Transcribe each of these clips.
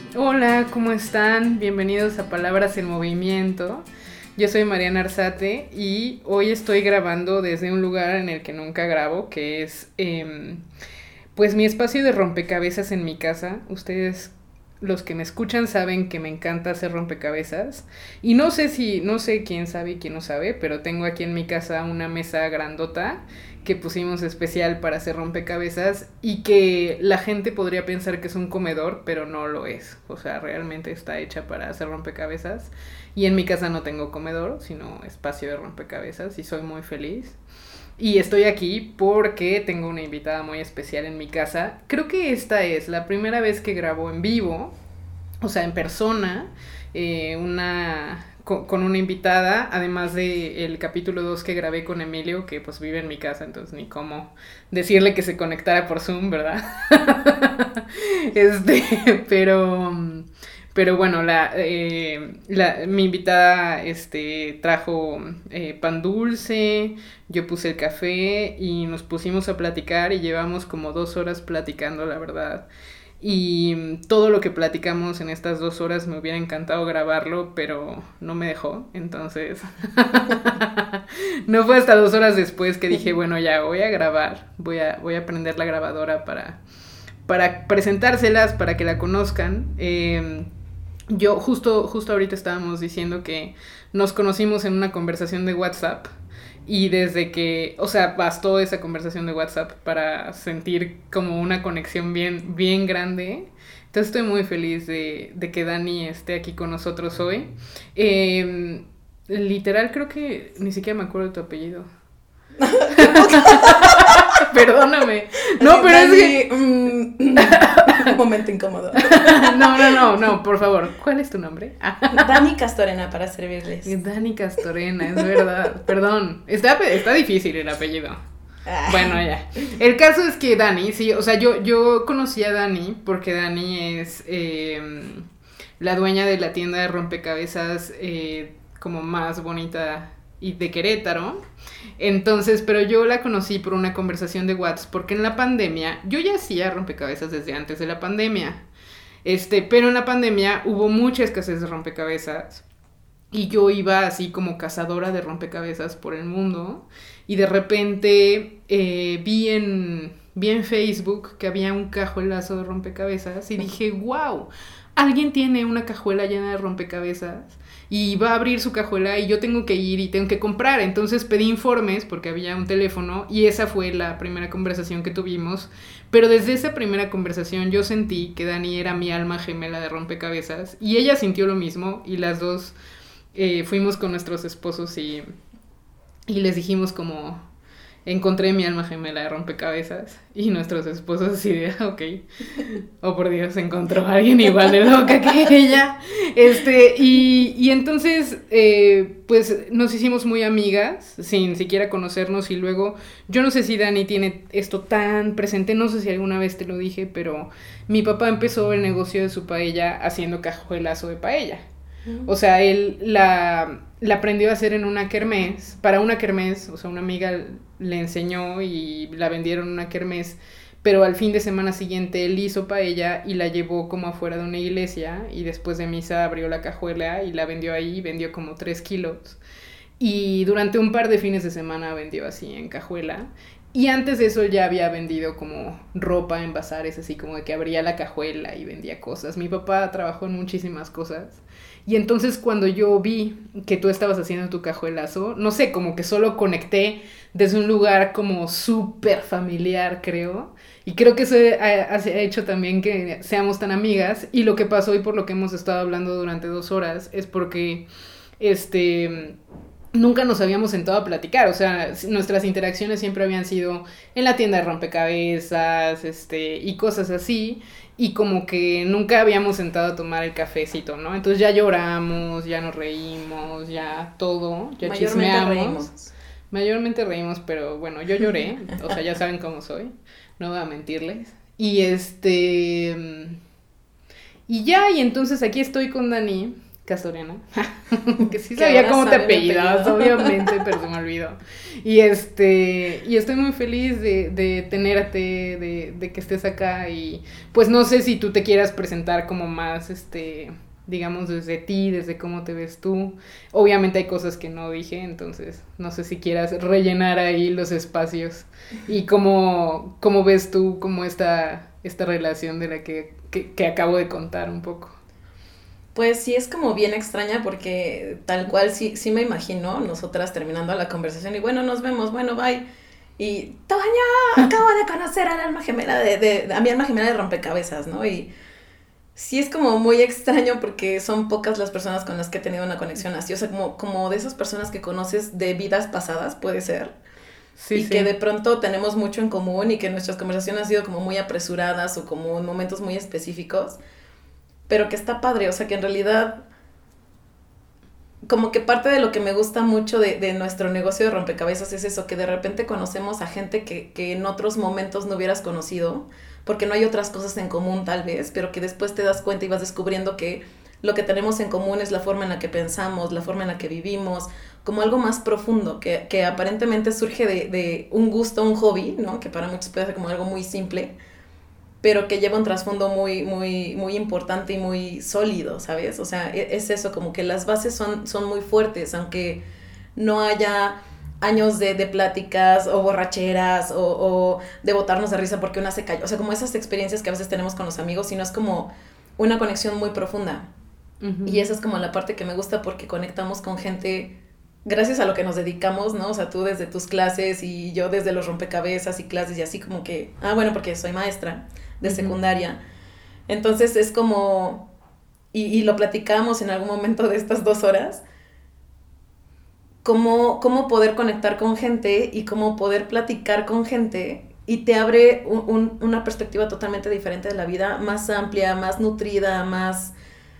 Hola, ¿cómo están? Bienvenidos a Palabras en Movimiento. Yo soy Mariana Arzate y hoy estoy grabando desde un lugar en el que nunca grabo, que es pues mi espacio de rompecabezas en mi casa. Ustedes, los que me escuchan, saben que me encanta hacer rompecabezas. Y no sé quién sabe y quién no sabe, pero tengo aquí en mi casa una mesa grandota que pusimos especial para hacer rompecabezas y que la gente podría pensar que es un comedor, pero no lo es. O sea, realmente está hecha para hacer rompecabezas. Y en mi casa no tengo comedor, sino espacio de rompecabezas y soy muy feliz. Y estoy aquí porque tengo una invitada muy especial en mi casa. Creo que esta es la primera vez que grabo en vivo, o sea, en persona, con una invitada, además de el capítulo 2 que grabé con Emilio, que pues vive en mi casa, entonces ni cómo decirle que se conectara por Zoom, ¿verdad? este, pero... Pero bueno, mi invitada trajo pan dulce, yo puse el café y nos pusimos a platicar y llevamos como 2 horas platicando, la verdad. Y todo lo que platicamos en estas 2 horas me hubiera encantado grabarlo, pero no me dejó. Entonces, no fue hasta 2 horas después que dije, bueno, ya voy a grabar, voy a prender la grabadora para presentárselas, para que la conozcan. Yo justo ahorita estábamos diciendo que nos conocimos en una conversación de WhatsApp y desde que, o sea, bastó esa conversación de WhatsApp para sentir como una conexión bien grande. Entonces estoy muy feliz de que Dani esté aquí con nosotros hoy. Literal creo que ni siquiera me acuerdo de tu apellido. Perdóname. No, pero Dani, es que... un momento incómodo. No, por favor. ¿Cuál es tu nombre? Dani Castorena, para servirles. Dani Castorena, es verdad. Perdón. Está difícil el apellido. Bueno, ya. El caso es que Dani, sí, o sea, yo conocí a Dani porque Dani es la dueña de la tienda de rompecabezas como más bonita y de Querétaro. Entonces, pero yo la conocí por una conversación de WhatsApp, porque en la pandemia, yo ya hacía rompecabezas desde antes de la pandemia, pero en la pandemia hubo mucha escasez de rompecabezas, y yo iba así como cazadora de rompecabezas por el mundo, y de repente vi en Facebook que había un cajuelazo de rompecabezas, y dije, wow, alguien tiene una cajuela llena de rompecabezas, y va a abrir su cajuela y yo tengo que ir y tengo que comprar. Entonces pedí informes porque había un teléfono y esa fue la primera conversación que tuvimos. Pero desde esa primera conversación yo sentí que Dani era mi alma gemela de rompecabezas y ella sintió lo mismo y las dos fuimos con nuestros esposos y les dijimos como... Encontré mi alma gemela de rompecabezas y nuestros esposos así de, ok, oh por Dios, encontró a alguien igual de loca que ella. Y entonces, pues nos hicimos muy amigas, sin siquiera conocernos y luego, yo no sé si Dani tiene esto tan presente, no sé si alguna vez te lo dije, pero mi papá empezó el negocio de su paella haciendo cajuelazo de paella. O sea, él la aprendió a hacer en una kermés, para una kermés, o sea, una amiga le enseñó y la vendieron en una kermés, pero al fin de semana siguiente él hizo paella y la llevó como afuera de una iglesia y después de misa abrió la cajuela y la vendió ahí, vendió como 3 kilos y durante un par de fines de semana vendió así en cajuela. Y antes de eso ya había vendido como ropa en bazares, así como de que abría la cajuela y vendía cosas. Mi papá trabajó en muchísimas cosas. Y entonces cuando yo vi que tú estabas haciendo tu cajuelazo, no sé, como que solo conecté desde un lugar como súper familiar, creo. Y creo que eso ha hecho también que seamos tan amigas. Y lo que pasó y por lo que hemos estado hablando durante 2 horas es porque, nunca nos habíamos sentado a platicar, o sea, nuestras interacciones siempre habían sido en la tienda de rompecabezas, y cosas así, y como que nunca habíamos sentado a tomar el cafecito, ¿no? Entonces ya lloramos, ya nos reímos, ya todo, ya chismeamos. Mayormente reímos, pero bueno, yo lloré, o sea, ya saben cómo soy, no voy a mentirles. Y y entonces aquí estoy con Dani, Castoriana, que sí sabía cómo te apellidabas, obviamente, pero se me olvidó. Y estoy muy feliz de tenerte, de que estés acá y pues no sé si tú te quieras presentar como más, digamos, desde ti, desde cómo te ves tú. Obviamente hay cosas que no dije, entonces no sé si quieras rellenar ahí los espacios y cómo ves tú como esta relación de la que acabo de contar un poco. Pues sí, es como bien extraña porque tal cual sí me imagino nosotras terminando la conversación y bueno, nos vemos, bueno, bye. Y Toña, acabo de conocer al alma gemela a mi alma gemela de rompecabezas, ¿no? Y sí es como muy extraño porque son pocas las personas con las que he tenido una conexión así, o sea, como de esas personas que conoces de vidas pasadas, puede ser. Sí, y sí. Que de pronto tenemos mucho en común y que nuestras conversaciones han sido como muy apresuradas o como en momentos muy específicos. Pero que está padre, o sea, que en realidad como que parte de lo que me gusta mucho de nuestro negocio de rompecabezas es eso, que de repente conocemos a gente que en otros momentos no hubieras conocido, porque no hay otras cosas en común tal vez, pero que después te das cuenta y vas descubriendo que lo que tenemos en común es la forma en la que pensamos, la forma en la que vivimos, como algo más profundo, que aparentemente surge de un gusto, un hobby, ¿no? Que para muchos puede ser como algo muy simple, pero que lleva un trasfondo muy, muy, muy importante y muy sólido, ¿sabes? O sea, es eso, como que las bases son muy fuertes, aunque no haya años de pláticas o borracheras o de botarnos de risa porque una se cayó. O sea, como esas experiencias que a veces tenemos con los amigos, sino es como una conexión muy profunda. Uh-huh. Y esa es como la parte que me gusta porque conectamos con gente gracias a lo que nos dedicamos, ¿no? O sea, tú desde tus clases y yo desde los rompecabezas y clases y así como que... bueno, porque soy maestra de secundaria. Entonces es como... Y lo platicamos en algún momento de estas 2 horas. Cómo poder conectar con gente y cómo poder platicar con gente y te abre una perspectiva totalmente diferente de la vida, más amplia, más nutrida, más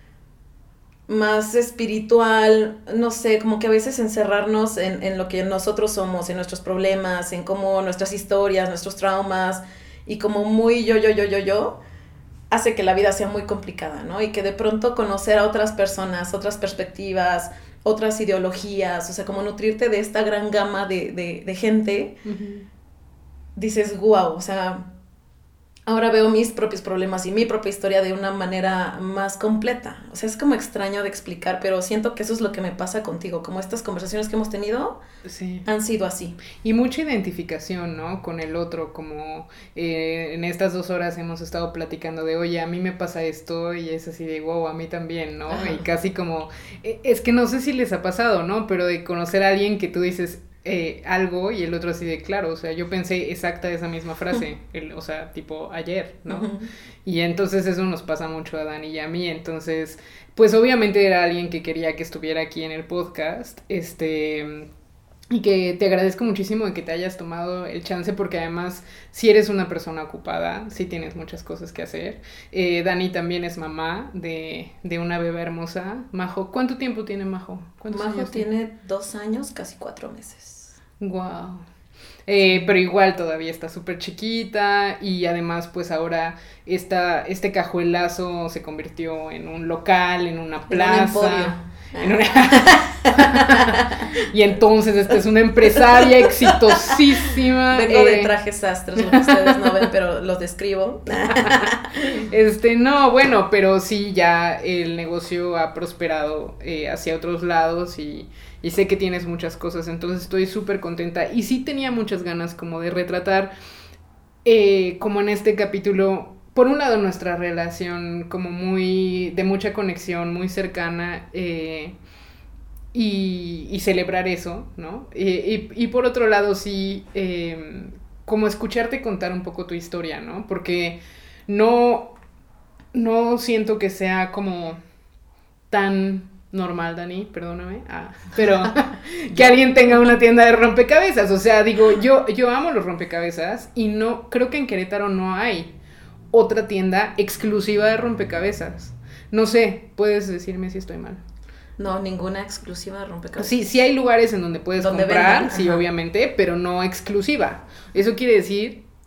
espiritual, no sé, como que a veces encerrarnos en lo que nosotros somos, en nuestros problemas, en cómo nuestras historias, nuestros traumas, y como muy yo, hace que la vida sea muy complicada, ¿no? Y que de pronto conocer a otras personas, otras perspectivas, otras ideologías, o sea, como nutrirte de esta gran gama de gente, uh-huh. Dices, wow, o sea... Ahora veo mis propios problemas y mi propia historia de una manera más completa. O sea, es como extraño de explicar, pero siento que eso es lo que me pasa contigo. Como estas conversaciones que hemos tenido sí. Han sido así. Y mucha identificación, ¿no? Con el otro, como en estas 2 horas hemos estado platicando de, oye, a mí me pasa esto, y es así de, wow, a mí también, ¿no? Ajá. Y casi como, es que no sé si les ha pasado, ¿no? Pero de conocer a alguien que tú dices... algo y el otro así de claro, o sea, yo pensé exacta esa misma frase, o sea, tipo ayer, ¿no? Uh-huh. Y entonces eso nos pasa mucho a Dani y a mí, entonces, pues obviamente era alguien que quería que estuviera aquí en el podcast, y que te agradezco muchísimo de que te hayas tomado el chance porque además si eres una persona ocupada, sí tienes muchas cosas que hacer. Dani también es mamá de una bebé hermosa, Majo. ¿Cuánto tiempo tiene Majo? Majo tiene 2 años, casi 4 meses. Wow. Pero igual todavía está súper chiquita y además pues ahora este cajuelazo se convirtió en un local, en una plaza. Y entonces es una empresaria exitosísima. Vengo de trajes sastres, lo que ustedes no ven, pero los describo. No, bueno, pero sí ya el negocio ha prosperado hacia otros lados y sé que tienes muchas cosas, entonces estoy súper contenta y sí tenía muchas ganas como de retratar como en este capítulo, por un lado nuestra relación como muy, de mucha conexión, muy cercana y celebrar eso, ¿no? Y por otro lado sí, como escucharte contar un poco tu historia, ¿no? Porque no siento que sea como tan... normal, Dani, perdóname, pero que alguien tenga una tienda de rompecabezas, o sea, digo, yo amo los rompecabezas y no, creo que en Querétaro no hay otra tienda exclusiva de rompecabezas, no sé, puedes decirme si estoy mal. No, ninguna exclusiva de rompecabezas. Sí hay lugares en donde puedes comprar, venden, sí, ajá. Obviamente, pero no exclusiva, eso quiere decir...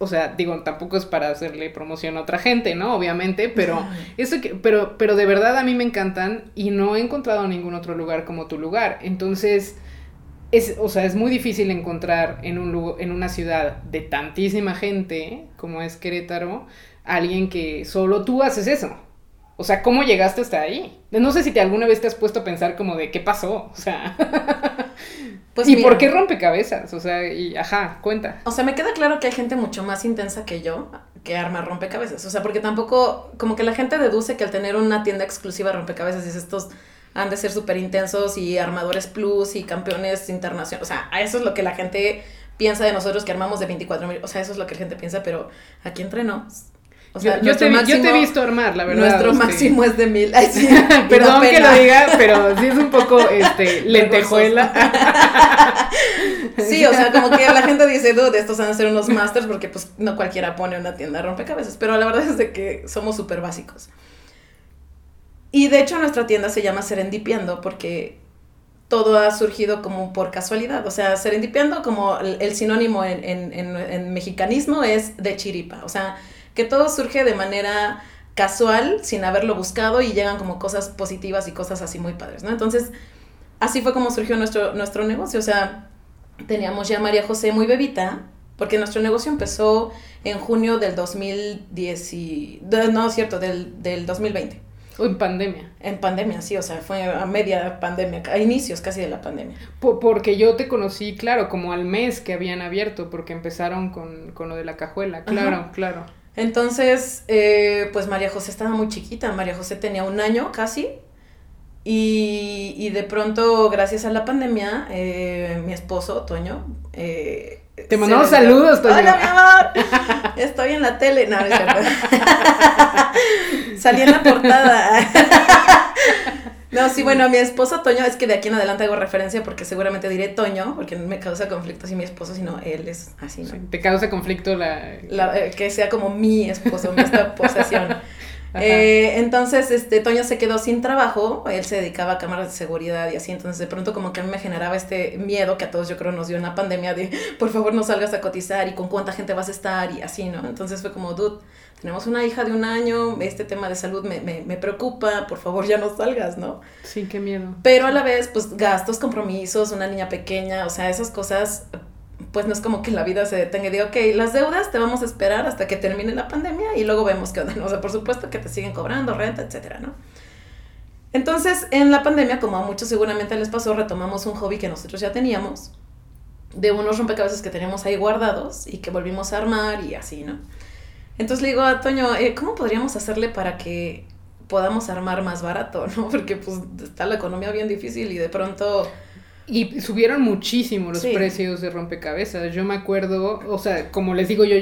o sea, digo, tampoco es para hacerle promoción a otra gente, ¿no? Obviamente, pero pero de verdad a mí me encantan y no he encontrado ningún otro lugar como tu lugar. Entonces, o sea, es muy difícil encontrar en una ciudad de tantísima gente como es Querétaro, alguien que solo tú haces eso. O sea, ¿cómo llegaste hasta ahí? No sé si alguna vez te has puesto a pensar como de, ¿qué pasó? O sea... Pues ¿y mira, por qué rompecabezas? O sea, cuenta. O sea, me queda claro que hay gente mucho más intensa que yo que arma rompecabezas. O sea, porque tampoco, como que la gente deduce que al tener una tienda exclusiva de rompecabezas, estos han de ser súper intensos y armadores plus y campeones internacionales. O sea, eso es lo que la gente piensa de nosotros que armamos de 24,000. O sea, eso es lo que la gente piensa, pero aquí entre nos. O sea, yo te he visto armar, la verdad. Nuestro máximo es de 1,000. Ay, sí, perdón que lo diga, pero sí es un poco lentejuela. Sí, o sea, como que la gente dice, dude, estos van a ser unos masters porque pues no cualquiera pone una tienda de rompecabezas, pero la verdad es de que somos súper básicos. Y de hecho nuestra tienda se llama Serendipiando porque todo ha surgido como por casualidad. O sea, Serendipiando como el sinónimo en mexicanismo es de chiripa. O sea, que todo surge de manera casual, sin haberlo buscado, y llegan como cosas positivas y cosas así muy padres, ¿no? Entonces, así fue como surgió nuestro negocio. O sea, teníamos ya a María José muy bebita, porque nuestro negocio empezó en junio del 2020. En pandemia. En pandemia, sí, o sea, fue a media pandemia, a inicios casi de la pandemia. Porque yo te conocí, claro, como al mes que habían abierto, porque empezaron con lo de la cajuela, claro, ajá, claro. Entonces, pues María José estaba muy chiquita, María José tenía 1 año casi, y de pronto, gracias a la pandemia, mi esposo, Toño, te mandamos saludos, Toño. Hola, mi amor, estoy en la tele, no, es cierto. Salí en la portada. No, sí, bueno, mi esposo Toño, es que de aquí en adelante hago referencia porque seguramente diré Toño, porque me causa conflicto si mi esposo, sino él es así, ¿no? Sí, te causa conflicto que sea como mi esposo, esta posesión. Entonces, Toño se quedó sin trabajo, él se dedicaba a cámaras de seguridad y así, entonces de pronto como que a mí me generaba este miedo que a todos yo creo nos dio una pandemia de, por favor no salgas a cotizar y con cuánta gente vas a estar y así, ¿no? Entonces fue como, dude, tenemos una hija de 1 año, este tema de salud me preocupa, por favor ya no salgas, ¿no? Sí, qué miedo. Pero a la vez, pues gastos, compromisos, una niña pequeña, o sea, esas cosas, pues no es como que la vida se detenga y diga, ok, las deudas te vamos a esperar hasta que termine la pandemia y luego vemos qué onda, ¿no? O sea, por supuesto que te siguen cobrando renta, etcétera, ¿no? Entonces, en la pandemia, como a muchos seguramente les pasó, retomamos un hobby que nosotros ya teníamos, de unos rompecabezas que teníamos ahí guardados y que volvimos a armar y así, ¿no? Entonces le digo a Toño, ¿cómo podríamos hacerle para que podamos armar más barato, ¿no? Porque pues está la economía bien difícil y de pronto... Y subieron muchísimo los precios de rompecabezas. Yo me acuerdo, o sea, como les digo, yo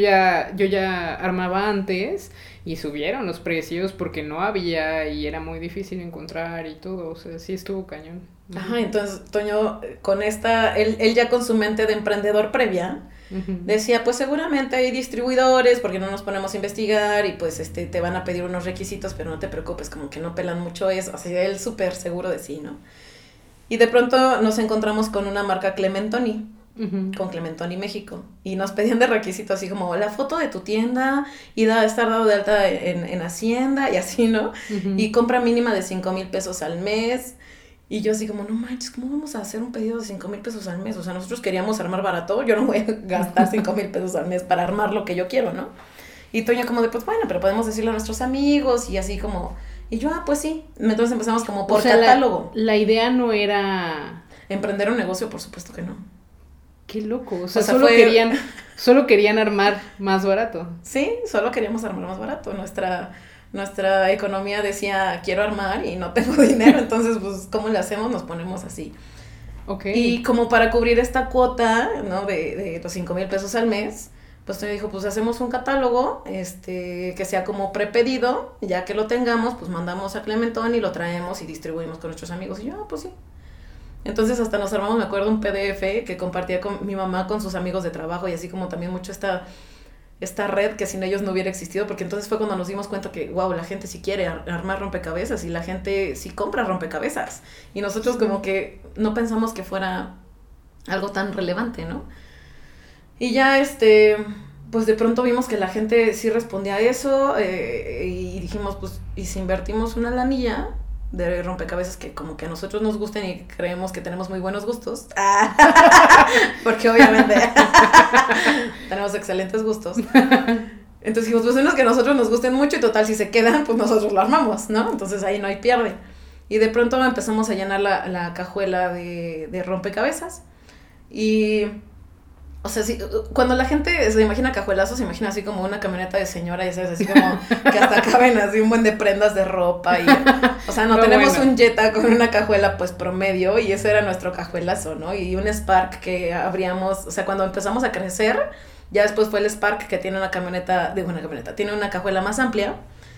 ya armaba antes y subieron los precios porque no había y era muy difícil encontrar y todo. O sea, sí estuvo cañón. Ajá, entonces Toño, con él ya con su mente de emprendedor previa, decía, pues seguramente hay distribuidores porque no nos ponemos a investigar y pues te van a pedir unos requisitos, pero no te preocupes, como que no pelan mucho eso. O sea, él súper seguro de sí, ¿no? Y de pronto nos encontramos con una marca Clementoni, con Clementoni México, y nos pedían de requisitos así como la foto de tu tienda y estar dado de alta en Hacienda y así, ¿no? Y compra mínima de 5,000 pesos al mes. Y yo así como, no manches, ¿cómo vamos a hacer un pedido de 5,000 pesos al mes? O sea, nosotros queríamos armar barato, yo no voy a gastar 5,000 pesos al mes para armar lo que yo quiero, ¿no? Y Toño como de, pues bueno, pero podemos decirle a nuestros amigos y así como... Y yo, pues sí. Entonces empezamos como por catálogo. La idea no era... ¿Emprender un negocio? Por supuesto que no. Qué loco. O sea solo querían armar más barato. Sí, solo queríamos armar más barato. Nuestra economía decía, quiero armar y no tengo dinero. Entonces, pues, ¿cómo le hacemos? Nos ponemos así. Okay. Y como para cubrir esta cuota, ¿no? De los 5,000 pesos al mes... Pues Toño dijo, pues hacemos un catálogo, que sea como prepedido, ya que lo tengamos, pues mandamos a Clementoni y lo traemos y distribuimos con nuestros amigos. Y yo, pues sí. Entonces hasta nos armamos, me acuerdo, un PDF que compartía con mi mamá con sus amigos de trabajo y así como también mucho esta red que sin ellos no hubiera existido, porque entonces fue cuando nos dimos cuenta que, wow, la gente sí quiere armar rompecabezas y la gente sí compra rompecabezas. Y nosotros como que no pensamos que fuera algo tan relevante, ¿no? Y ya pues de pronto vimos que la gente sí respondía a eso y dijimos, pues, ¿y si invertimos una lanilla de rompecabezas que como que a nosotros nos gusten y creemos que tenemos muy buenos gustos? Porque obviamente tenemos excelentes gustos. Entonces dijimos, pues unos que a nosotros nos gusten mucho y total, si se quedan, pues nosotros lo armamos, ¿no? Entonces ahí no hay pierde. Y de pronto empezamos a llenar la cajuela de rompecabezas y... O sea, sí, cuando la gente se imagina cajuelazos, se imagina así como una camioneta de señora, ya sabes, así como que hasta caben así un buen de prendas de ropa y... O sea, no tenemos un Jetta con una cajuela pues promedio y ese era nuestro cajuelazo, ¿no? Y un Spark que abríamos, o sea, cuando empezamos a crecer, ya después fue el Spark que tiene tiene una cajuela más amplia.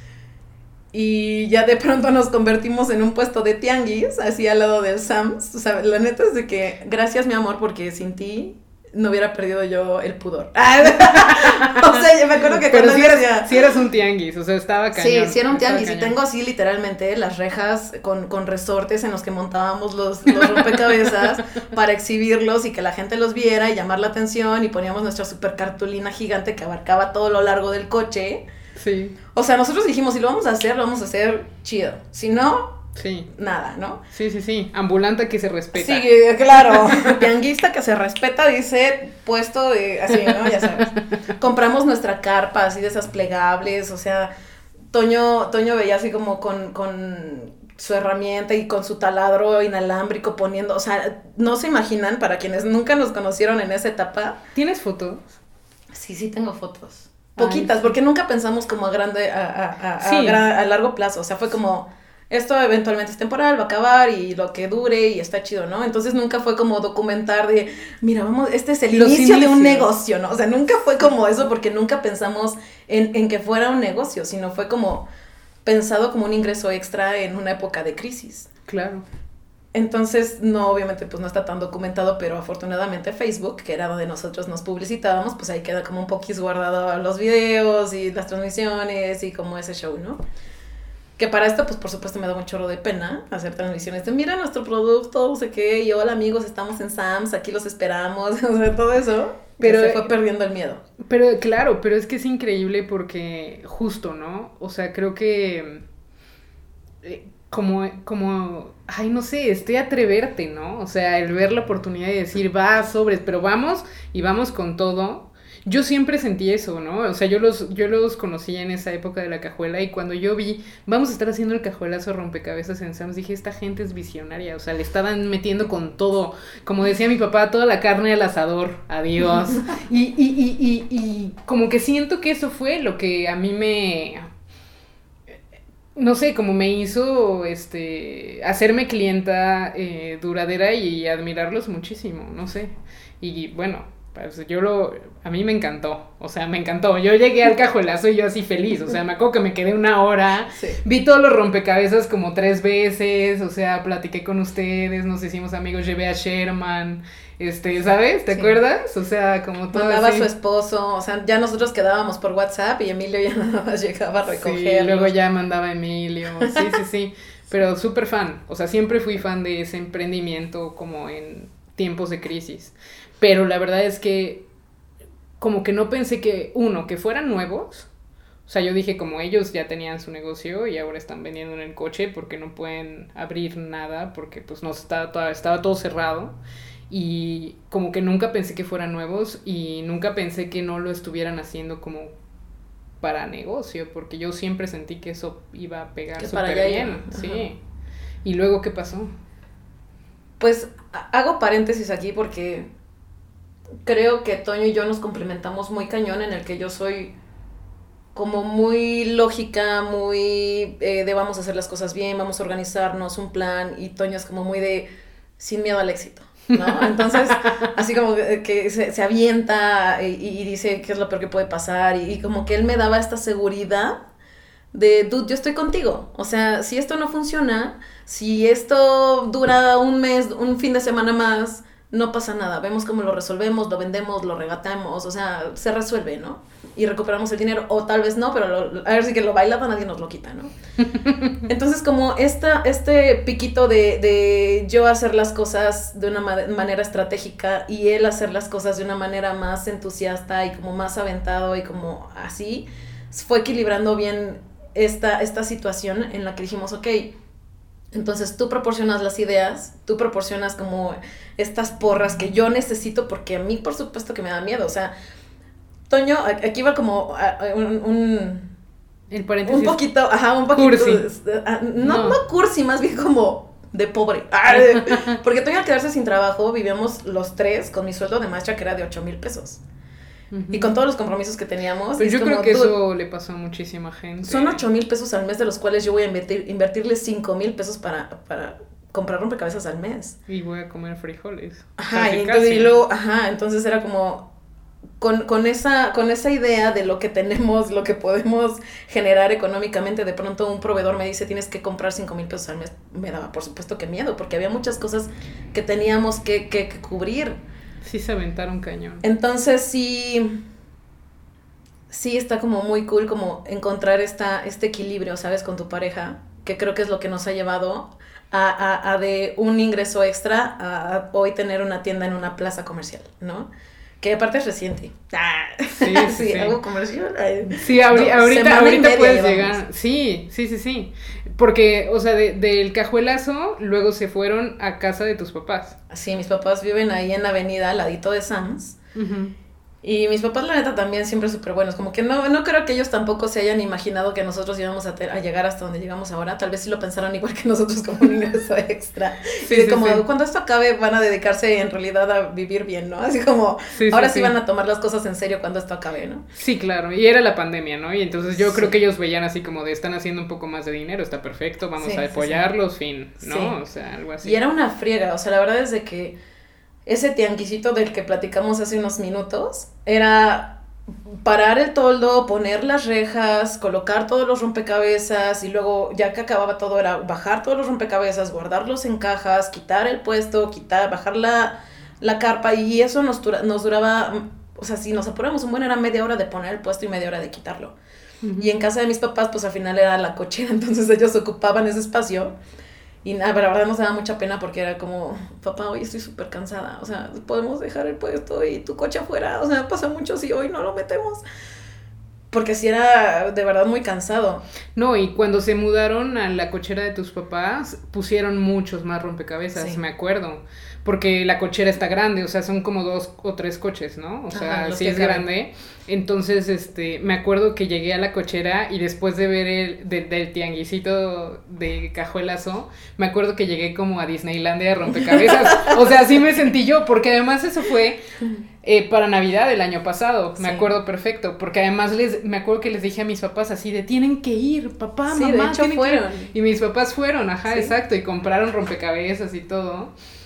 Y ya de pronto nos convertimos en un puesto de tianguis, así al lado del Sam's. O sea, la neta es de que, gracias mi amor, porque sin ti... no hubiera perdido yo el pudor. O sea, yo me acuerdo que pero si eras un tianguis, o sea, estaba cañón. Sí era un tianguis y tengo así literalmente las rejas con resortes en los que montábamos los rompecabezas para exhibirlos y que la gente los viera y llamar la atención y poníamos nuestra super cartulina gigante que abarcaba todo lo largo del coche. Sí. O sea, nosotros dijimos, si lo vamos a hacer chido. Si no... Sí. Nada, ¿no? Sí. Ambulante que se respeta. Sí, claro. Tianguista que se respeta, dice puesto de así, ¿no? Ya sabes. Compramos nuestra carpa así de esas plegables, o sea, Toño veía así como con su herramienta y con su taladro inalámbrico poniendo, o sea, no se imaginan, para quienes nunca nos conocieron en esa etapa. ¿Tienes fotos? Sí tengo fotos. Poquitas, porque nunca pensamos como a largo plazo, o sea, fue como... Esto eventualmente es temporal, va a acabar y lo que dure y está chido, ¿no? Entonces nunca fue como documentar de, mira, vamos, este es el inicio de un negocio, ¿no? O sea, nunca fue como eso porque nunca pensamos en que fuera un negocio, sino fue como pensado como un ingreso extra en una época de crisis. Claro. Entonces, no, obviamente, pues no está tan documentado, pero afortunadamente Facebook, que era donde nosotros nos publicitábamos, pues ahí queda como un poquis guardado los videos y las transmisiones y como ese show, ¿no? Que para esto, pues por supuesto me da un chorro de pena hacer transmisiones de mira nuestro producto, no sé qué, y hola amigos, estamos en Sam's, aquí los esperamos, o sea, todo eso, pero se fue perdiendo el miedo. Pero claro, pero es que es increíble porque justo, ¿no? O sea, creo que como, ay, no sé, atreverte, ¿no? O sea, el ver la oportunidad de decir, va, sobres, pero vamos y vamos con todo. Yo siempre sentí eso, ¿no? O sea, yo los conocí en esa época de la cajuela y cuando yo vi, vamos a estar haciendo el cajuelazo rompecabezas en Sam's, dije, esta gente es visionaria, o sea, le estaban metiendo con todo, como decía mi papá, toda la carne al asador, adiós. Y como que siento que eso fue lo que a mí no sé, como me hizo hacerme clienta duradera y admirarlos muchísimo, no sé. Y bueno, pues a mí me encantó, o sea, me encantó. Yo llegué al cajuelazo y yo así feliz, o sea, me acuerdo que me quedé una hora, sí. Vi todos los rompecabezas como 3 veces, o sea, platiqué con ustedes, nos hicimos amigos, llevé a Sherman, ¿sabes? ¿Te acuerdas? O sea, como todo mandaba así. A su esposo, o sea, ya nosotros quedábamos por WhatsApp y Emilio ya nada más llegaba a recogerlo. Sí, luego ya mandaba a Emilio, sí, pero súper fan, o sea, siempre fui fan de ese emprendimiento como en tiempos de crisis. Pero la verdad es que como que no pensé que fueran nuevos. O sea, yo dije como ellos ya tenían su negocio y ahora están vendiendo en el coche porque no pueden abrir nada porque pues estaba todo cerrado. Y como que nunca pensé que fueran nuevos y nunca pensé que no lo estuvieran haciendo como para negocio porque yo siempre sentí que eso iba a pegar súper bien. Sí. ¿Y luego qué pasó? Pues hago paréntesis aquí porque creo que Toño y yo nos complementamos muy cañón en el que yo soy como muy lógica, muy de vamos a hacer las cosas bien, vamos a organizarnos, un plan, y Toño es como muy de sin miedo al éxito, ¿no? Entonces, así como que se avienta y dice qué es lo peor que puede pasar y como que él me daba esta seguridad de, dude, yo estoy contigo, o sea, si esto no funciona, si esto dura un mes, un fin de semana más, no pasa nada, vemos cómo lo resolvemos, lo vendemos, lo regatamos, o sea, se resuelve, ¿no? Y recuperamos el dinero, o tal vez no, pero a ver si que lo bailado nadie nos lo quita, ¿no? Entonces, como este piquito de yo hacer las cosas de una manera estratégica y él hacer las cosas de una manera más entusiasta y como más aventado y como así, fue equilibrando bien esta situación en la que dijimos, ok, entonces tú proporcionas las ideas, tú proporcionas como estas porras que yo necesito, porque a mí por supuesto que me da miedo, o sea, Toño, aquí va como el paréntesis. Un poquito, cursi. No cursi, más bien como de pobre. Porque Toño al quedarse sin trabajo, vivíamos los tres con mi sueldo de maestra que era de 8,000 pesos. Uh-huh. Y con todos los compromisos que teníamos. Pero yo creo que eso le pasó a muchísima gente. Son 8,000 pesos al mes, de los cuales yo voy a invertirle 5,000 pesos para comprar rompecabezas al mes. Y voy a comer frijoles. Entonces era como con esa idea de lo que tenemos, lo que podemos generar económicamente. De pronto un proveedor me dice, tienes que comprar 5,000 pesos al mes. Me daba por supuesto que miedo, porque había muchas cosas que teníamos que cubrir. Sí se aventaron cañón. Entonces sí está como muy cool como encontrar este equilibrio, ¿sabes? Con tu pareja, que creo que es lo que nos ha llevado a de un ingreso extra a hoy tener una tienda en una plaza comercial, ¿no? Que aparte es reciente. Sí, algo comercial. Sí, ahorita puedes llegar. Sí. Porque, o sea, del Cajuelazo, luego se fueron a casa de tus papás. Sí, mis papás viven ahí en la avenida, al ladito de Sam's. Uh-huh. Y mis papás, la neta, también siempre súper buenos. Como que no creo que ellos tampoco se hayan imaginado que nosotros íbamos a llegar hasta donde llegamos ahora. Tal vez sí lo pensaron igual que nosotros, como un ingreso extra. Cuando esto acabe van a dedicarse en realidad a vivir bien, ¿no? Así como, ahora sí van a tomar las cosas en serio cuando esto acabe, ¿no? Sí, claro. Y era la pandemia, ¿no? Y entonces yo creo que ellos veían así como de, están haciendo un poco más de dinero, está perfecto, vamos a apoyarlos, fin, ¿no? Sí. O sea, algo así. Y era una friega, o sea, la verdad es de que ese tianguisito del que platicamos hace unos minutos era parar el toldo, poner las rejas, colocar todos los rompecabezas y luego ya que acababa todo era bajar todos los rompecabezas, guardarlos en cajas, quitar el puesto, bajar la carpa, y eso nos duraba, o sea, si nos apuramos un buen era media hora de poner el puesto y media hora de quitarlo. Uh-huh. Y en casa de mis papás pues al final era la cochera, entonces ellos ocupaban ese espacio. Y nada, pero la verdad nos daba mucha pena porque era como, papá, hoy estoy súper cansada, o sea, podemos dejar el puesto y tu coche afuera, o sea, pasa mucho si hoy no lo metemos. Porque sí era de verdad muy cansado. No, y cuando se mudaron a la cochera de tus papás, pusieron muchos más rompecabezas, sí. Me acuerdo. Porque la cochera está grande, o sea, son como 2 o 3 coches, ¿no? O sea, sí es grande. Entonces, me acuerdo que llegué a la cochera y después de ver del tianguisito de Cajuelazo, me acuerdo que llegué como a Disneylandia de rompecabezas. O sea, así me sentí yo, porque además eso fue para Navidad del año pasado, me acuerdo perfecto, porque además me acuerdo que les dije a mis papás así de, tienen que ir, papá, sí, mamá, de hecho fueron. Y mis papás fueron, exacto, y compraron rompecabezas y todo.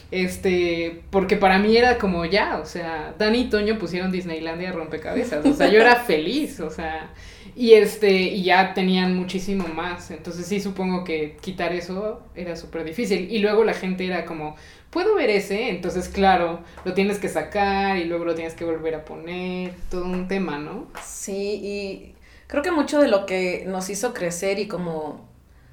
Porque para mí era como ya, o sea, Dani y Toño pusieron Disneylandia rompecabezas, o sea, yo era feliz, o sea, y ya tenían muchísimo más, entonces sí supongo que quitar eso era súper difícil, y luego la gente era como, ¿puedo ver ese? Entonces, claro, lo tienes que sacar y luego lo tienes que volver a poner, todo un tema, ¿no? Sí, y creo que mucho de lo que nos hizo crecer y como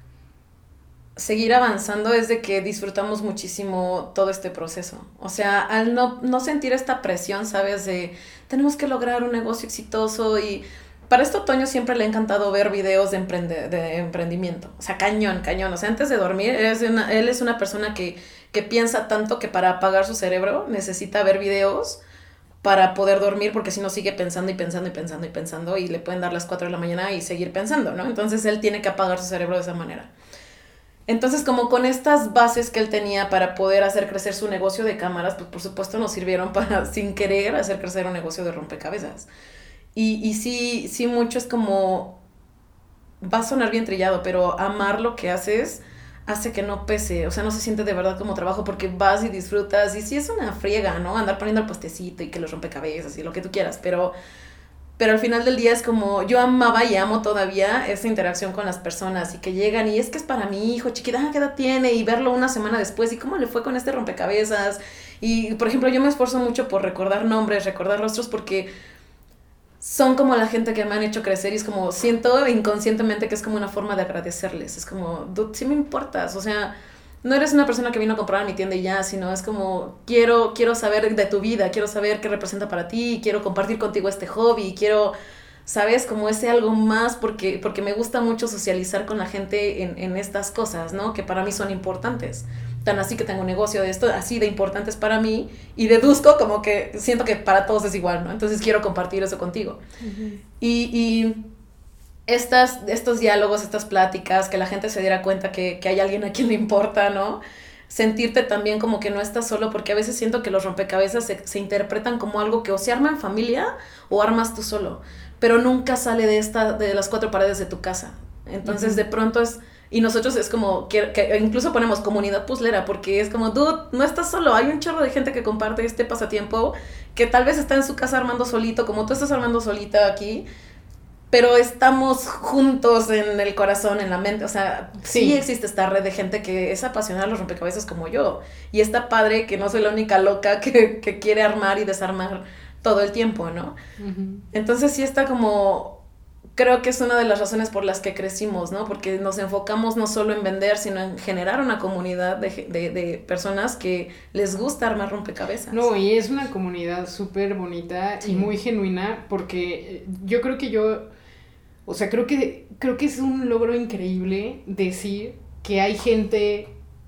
seguir avanzando es de que disfrutamos muchísimo todo este proceso. O sea, al no sentir esta presión, ¿sabes? De tenemos que lograr un negocio exitoso, y para esto a Toño siempre le ha encantado ver videos de emprendimiento. O sea, cañón. O sea, antes de dormir, él es una persona que piensa tanto que para apagar su cerebro necesita ver videos para poder dormir, porque si no sigue pensando y le pueden dar las 4 de la mañana y seguir pensando, ¿no? Entonces él tiene que apagar su cerebro de esa manera. Entonces, como con estas bases que él tenía para poder hacer crecer su negocio de cámaras, pues por supuesto nos sirvieron para, sin querer, hacer crecer un negocio de rompecabezas. Y sí mucho es como, va a sonar bien trillado, pero amar lo que haces hace que no pese, o sea, no se siente de verdad como trabajo, porque vas y disfrutas, y sí es una friega, ¿no? Andar poniendo el postecito y que los rompecabezas y lo que tú quieras, pero pero al final del día es como, yo amaba y amo todavía esa interacción con las personas y que llegan y es que es para mi hijo, chiquita, ¿qué edad tiene? Y verlo una semana después y cómo le fue con este rompecabezas. Y, por ejemplo, yo me esfuerzo mucho por recordar nombres, recordar rostros, porque son como la gente que me han hecho crecer y es como, siento inconscientemente que es como una forma de agradecerles. Es como, dude, sí me importas, o sea, no eres una persona que vino a comprar a mi tienda y ya, sino es como, quiero saber de tu vida, quiero saber qué representa para ti, quiero compartir contigo este hobby, quiero, ¿sabes? Como ese algo más, porque me gusta mucho socializar con la gente en estas cosas, ¿no? Que para mí son importantes. Tan así que tengo un negocio de esto, así de importantes para mí, y deduzco como que siento que para todos es igual, ¿no? Entonces quiero compartir eso contigo. Uh-huh. Y estos diálogos, estas pláticas, que la gente se diera cuenta que hay alguien a quien le importa, ¿no? Sentirte también como que no estás solo, porque a veces siento que los rompecabezas se interpretan como algo que o se arma en familia o armas tú solo, pero nunca sale de las 4 paredes de tu casa. Entonces uh-huh. De pronto es... Y nosotros es como que incluso ponemos comunidad puzzlera, porque es como, dude, no estás solo, hay un chorro de gente que comparte este pasatiempo, que tal vez está en su casa armando solito, como tú estás armando solita aquí, pero estamos juntos en el corazón, en la mente, o sea, sí existe esta red de gente que es apasionada a los rompecabezas como yo, y está padre que no soy la única loca que quiere armar y desarmar todo el tiempo, ¿no? Uh-huh. Entonces sí está como... Creo que es una de las razones por las que crecimos, ¿no? Porque nos enfocamos no solo en vender, sino en generar una comunidad de personas que les gusta armar rompecabezas. No, y es una comunidad súper bonita y muy genuina, porque yo creo que creo que es un logro increíble decir que hay gente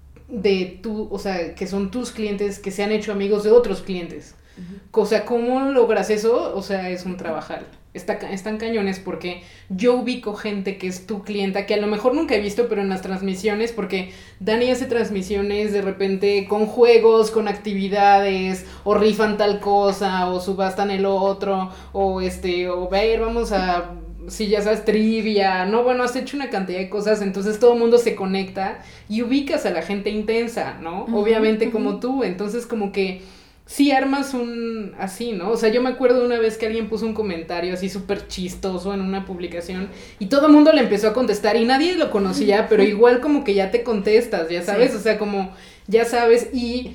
que son tus clientes, que se han hecho amigos de otros clientes. Uh-huh. O sea, ¿cómo logras eso? O sea, es un trabajar. Están cañones, porque yo ubico gente que es tu clienta, que a lo mejor nunca he visto, pero en las transmisiones, porque Dani hace transmisiones de repente con juegos, con actividades, o rifan tal cosa, o subastan el otro, o ver, vamos a... Sí, ya sabes, trivia, no, bueno, has hecho una cantidad de cosas, entonces todo el mundo se conecta y ubicas a la gente intensa, ¿no? Uh-huh, obviamente uh-huh. Como tú, entonces como que sí armas así, ¿no? O sea, yo me acuerdo una vez que alguien puso un comentario así súper chistoso en una publicación y todo el mundo le empezó a contestar y nadie lo conocía, pero igual como que ya te contestas, ya sabes, sí. O sea, como ya sabes y...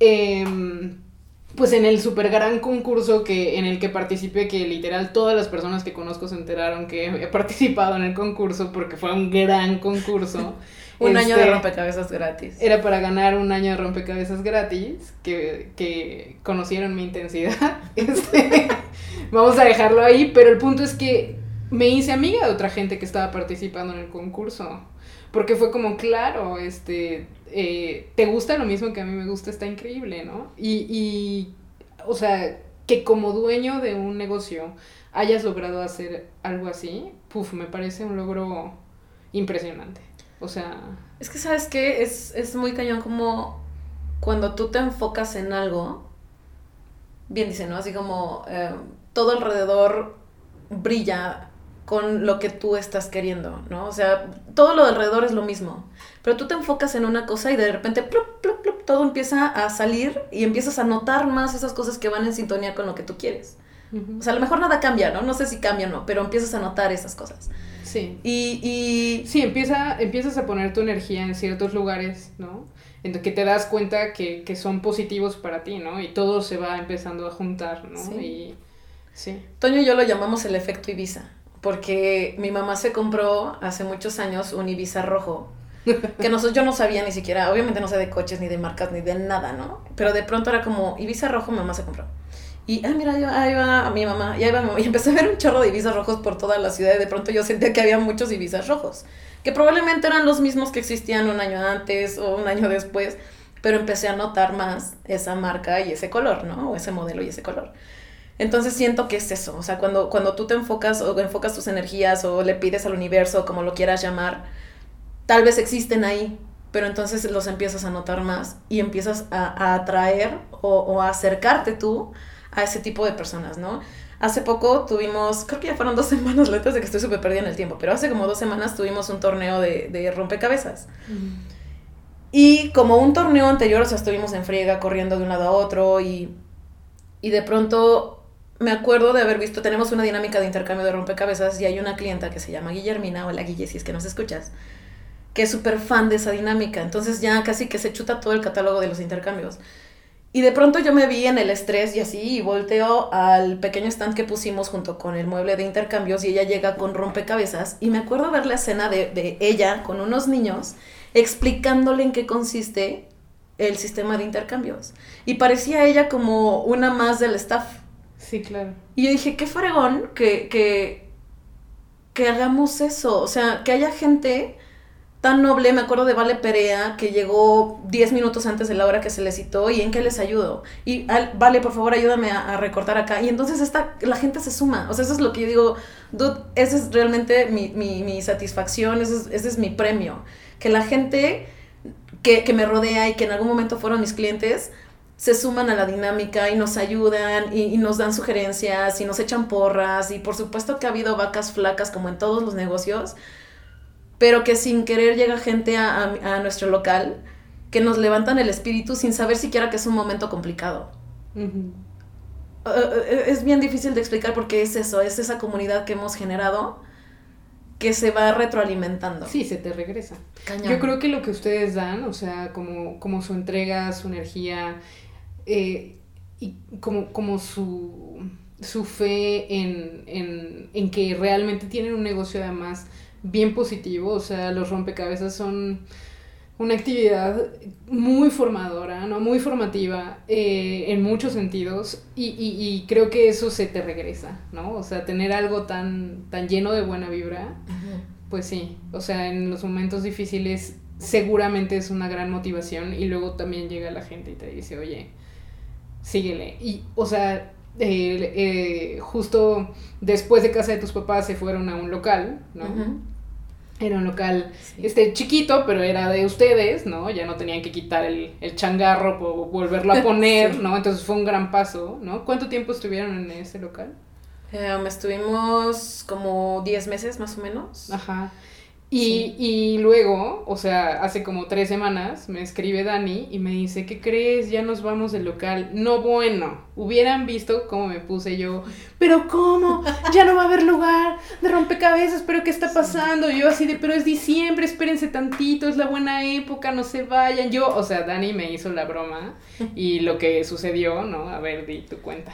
pues en el super gran concurso en el que participé, que literal todas las personas que conozco se enteraron que he participado en el concurso porque fue un gran concurso. Un año de rompecabezas gratis. Era para ganar un año de rompecabezas gratis, que conocieron mi intensidad. Vamos a dejarlo ahí, pero el punto es que me hice amiga de otra gente que estaba participando en el concurso. Porque fue como, claro, te gusta lo mismo que a mí me gusta, está increíble, ¿no? Y o sea, que como dueño de un negocio hayas logrado hacer algo así, me parece un logro impresionante. O sea... Es que, ¿sabes qué? Es muy cañón como cuando tú te enfocas en algo, bien dice, ¿no? Así como todo alrededor brilla con lo que tú estás queriendo, ¿no? O sea, todo lo de alrededor es lo mismo, pero tú te enfocas en una cosa y de repente plup, plup, plup, todo empieza a salir y empiezas a notar más esas cosas que van en sintonía con lo que tú quieres. Uh-huh. O sea, a lo mejor nada cambia, ¿no? No sé si cambia o no, pero empiezas a notar esas cosas. Sí. Y sí, empiezas a poner tu energía en ciertos lugares, ¿no? En que te das cuenta que son positivos para ti, ¿no? Y todo se va empezando a juntar, ¿no? Sí. Y sí. Toño y yo lo llamamos el efecto Ibiza, porque mi mamá se compró hace muchos años un Ibiza rojo, que yo no sabía ni siquiera, obviamente no sé de coches, ni de marcas, ni de nada, ¿no? Pero de pronto era como, Ibiza rojo, mi mamá se compró. Y, mira, ahí va mi mamá, y ahí va mi mamá. Y empecé a ver un chorro de Ibizas rojos por toda la ciudad, y de pronto yo sentía que había muchos Ibizas rojos, que probablemente eran los mismos que existían un año antes o un año después, pero empecé a notar más esa marca y ese color, ¿no? O ese modelo y ese color. Entonces siento que es eso, o sea, cuando tú te enfocas o enfocas tus energías o le pides al universo, como lo quieras llamar, tal vez existen ahí, pero entonces los empiezas a notar más y empiezas a atraer o a acercarte tú a ese tipo de personas, ¿no? Hace poco tuvimos, creo que ya fueron 2 semanas, la neta es de que estoy súper perdida en el tiempo, pero hace como 2 semanas tuvimos un torneo de rompecabezas. Uh-huh. Y como un torneo anterior, o sea, estuvimos en friega, corriendo de un lado a otro y de pronto me acuerdo de haber visto, tenemos una dinámica de intercambio de rompecabezas y hay una clienta que se llama Guillermina, hola Guille, si es que nos escuchas, que es súper fan de esa dinámica, entonces ya casi que se chuta todo el catálogo de los intercambios. Y de pronto yo me vi en el estrés y así, y volteo al pequeño stand que pusimos junto con el mueble de intercambios y ella llega con rompecabezas y me acuerdo ver la escena de ella con unos niños explicándole en qué consiste el sistema de intercambios. Y parecía ella como una más del staff. Sí, claro. Y yo dije, qué fregón que hagamos eso, o sea, que haya gente tan noble. Me acuerdo de Vale Perea, que llegó 10 minutos antes de la hora que se le citó, y ¿en qué les ayudo? Y Vale, por favor, ayúdame a recortar acá. Y entonces la gente se suma. O sea, eso es lo que yo digo, dude, esa es realmente mi satisfacción, ese es mi premio. Que la gente que me rodea y que en algún momento fueron mis clientes, se suman a la dinámica y nos ayudan y nos dan sugerencias y nos echan porras. Y por supuesto que ha habido vacas flacas como en todos los negocios, pero que sin querer llega gente a nuestro local que nos levantan el espíritu sin saber siquiera que es un momento complicado. Uh-huh. Es bien difícil de explicar porque es eso, es esa comunidad que hemos generado que se va retroalimentando. Sí, se te regresa. Cañón. Yo creo que lo que ustedes dan, o sea, como su entrega, su energía, y como su fe en que realmente tienen un negocio además bien positivo. O sea, los rompecabezas son una actividad muy formadora, ¿no? Muy formativa en muchos sentidos, y creo que eso se te regresa, ¿no? O sea, tener algo tan lleno de buena vibra, uh-huh. Pues sí, o sea, en los momentos difíciles seguramente es una gran motivación, y luego también llega la gente y te dice, oye, síguele. Y, o sea, justo después de casa de tus papás se fueron a un local, ¿no? Uh-huh. Era un local chiquito, pero era de ustedes, ¿no? Ya no tenían que quitar el changarro por volverlo a poner, sí. ¿No? Entonces fue un gran paso, ¿no? ¿Cuánto tiempo estuvieron en ese local? Estuvimos como 10 meses más o menos. Ajá. Y luego, o sea, hace como 3 semanas me escribe Dani y me dice, ¿qué crees? Ya nos vamos del local. No, bueno, hubieran visto cómo me puse yo. ¿Pero cómo? Ya no va a haber lugar de rompecabezas, ¿pero qué está pasando? Yo así de, pero es diciembre, espérense tantito, es la buena época, no se vayan. Yo, o sea, Dani me hizo la broma y lo que sucedió, ¿no? A ver, di tu cuenta.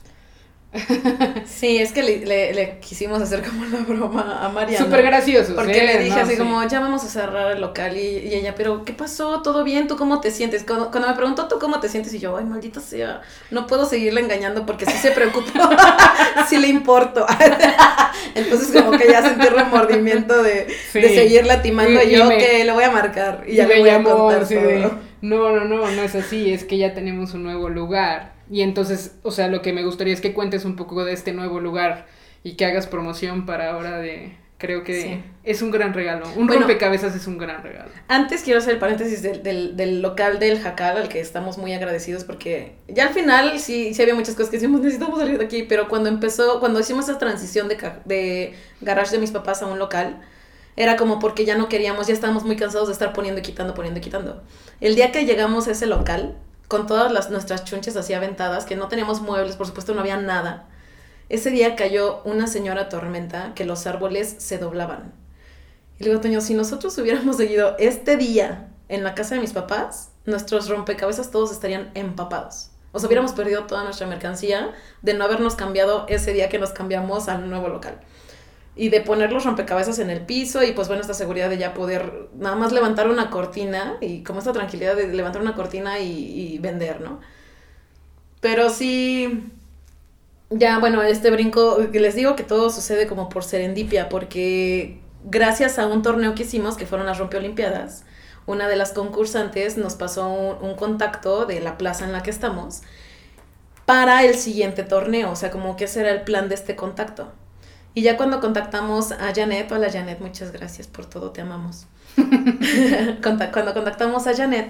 Sí, es que le quisimos hacer como la broma a Mariana. Súper gracioso. Porque le dije así como, ya vamos a cerrar el local, y ella, pero ¿qué pasó? ¿Todo bien? ¿Tú cómo te sientes? Cuando me preguntó, ¿tú cómo te sientes? Y yo, ay, maldita sea, no puedo seguirla engañando porque sí se preocupó, sí le importo. Entonces como que ya sentí remordimiento de seguirla timando, y yo, que le voy a marcar y ya le voy a contar todo. No es así, es que ya tenemos un nuevo lugar. Y entonces, o sea, lo que me gustaría es que cuentes un poco de este nuevo lugar y que hagas promoción para ahora de... Creo que es un gran regalo. Rompecabezas es un gran regalo. Antes quiero hacer el paréntesis del local del Jacal, al que estamos muy agradecidos, porque ya al final sí había muchas cosas que decíamos, necesitamos salir de aquí, pero cuando hicimos esa transición de garage de mis papás a un local, era como porque ya no queríamos, ya estábamos muy cansados de estar poniendo y quitando. El día que llegamos a ese local, con todas nuestras chunches así aventadas, que no teníamos muebles, por supuesto no había nada, ese día cayó una señora tormenta que los árboles se doblaban. Y le digo, Toño, si nosotros hubiéramos seguido este día en la casa de mis papás, nuestros rompecabezas todos estarían empapados. O sea, hubiéramos perdido toda nuestra mercancía de no habernos cambiado ese día que nos cambiamos al nuevo local. Y de poner los rompecabezas en el piso, y pues bueno, esta seguridad de ya poder nada más levantar una cortina, y como esta tranquilidad de levantar una cortina y vender, ¿no? Pero sí, ya bueno, este brinco, que les digo que todo sucede como por serendipia, porque gracias a un torneo que hicimos, que fueron las Rompeolimpiadas, una de las concursantes nos pasó un contacto de la plaza en la que estamos para el siguiente torneo, o sea, como que ese era el plan de este contacto. Y ya cuando contactamos a Janet, hola Janet, muchas gracias por todo, te amamos. Cuando contactamos a Janet,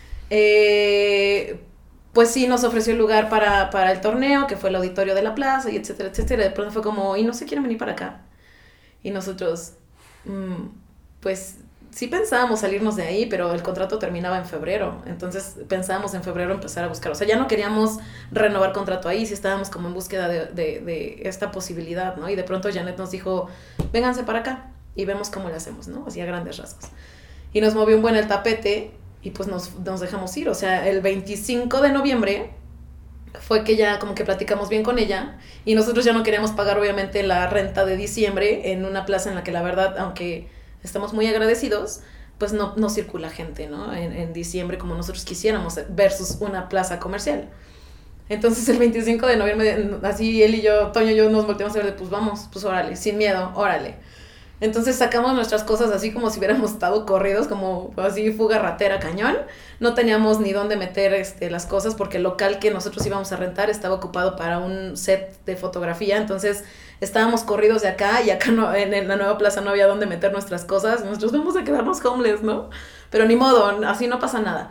pues sí nos ofreció el lugar para el torneo, que fue el auditorio de la plaza, y etcétera, etcétera. De pronto fue como, ¿y no se quieren venir para acá? Y nosotros, pues sí pensábamos salirnos de ahí, pero el contrato terminaba en febrero, entonces pensábamos en febrero empezar a buscar, o sea, ya no queríamos renovar contrato ahí, sí estábamos como en búsqueda de esta posibilidad, ¿no? Y de pronto Janet nos dijo, vénganse para acá y vemos cómo le hacemos, ¿no? Así a grandes rasgos. Y nos movió un buen el tapete y pues nos dejamos ir, o sea, el 25 de noviembre fue que ya como que platicamos bien con ella y nosotros ya no queríamos pagar obviamente la renta de diciembre en una plaza en la que la verdad, aunque estamos muy agradecidos, pues no circula gente, ¿no? En diciembre como nosotros quisiéramos versus una plaza comercial. Entonces el 25 de noviembre, así él y yo, Toño y yo nos volteamos a ver de pues vamos, pues órale, sin miedo, órale. Entonces sacamos nuestras cosas así como si hubiéramos estado corridos, como así fuga ratera cañón. No teníamos ni dónde meter las cosas porque el local que nosotros íbamos a rentar estaba ocupado para un set de fotografía. Entonces estábamos corridos de acá y acá no, en la nueva plaza no había dónde meter nuestras cosas. Nosotros vamos a quedarnos homeless, ¿no? Pero ni modo, así no pasa nada.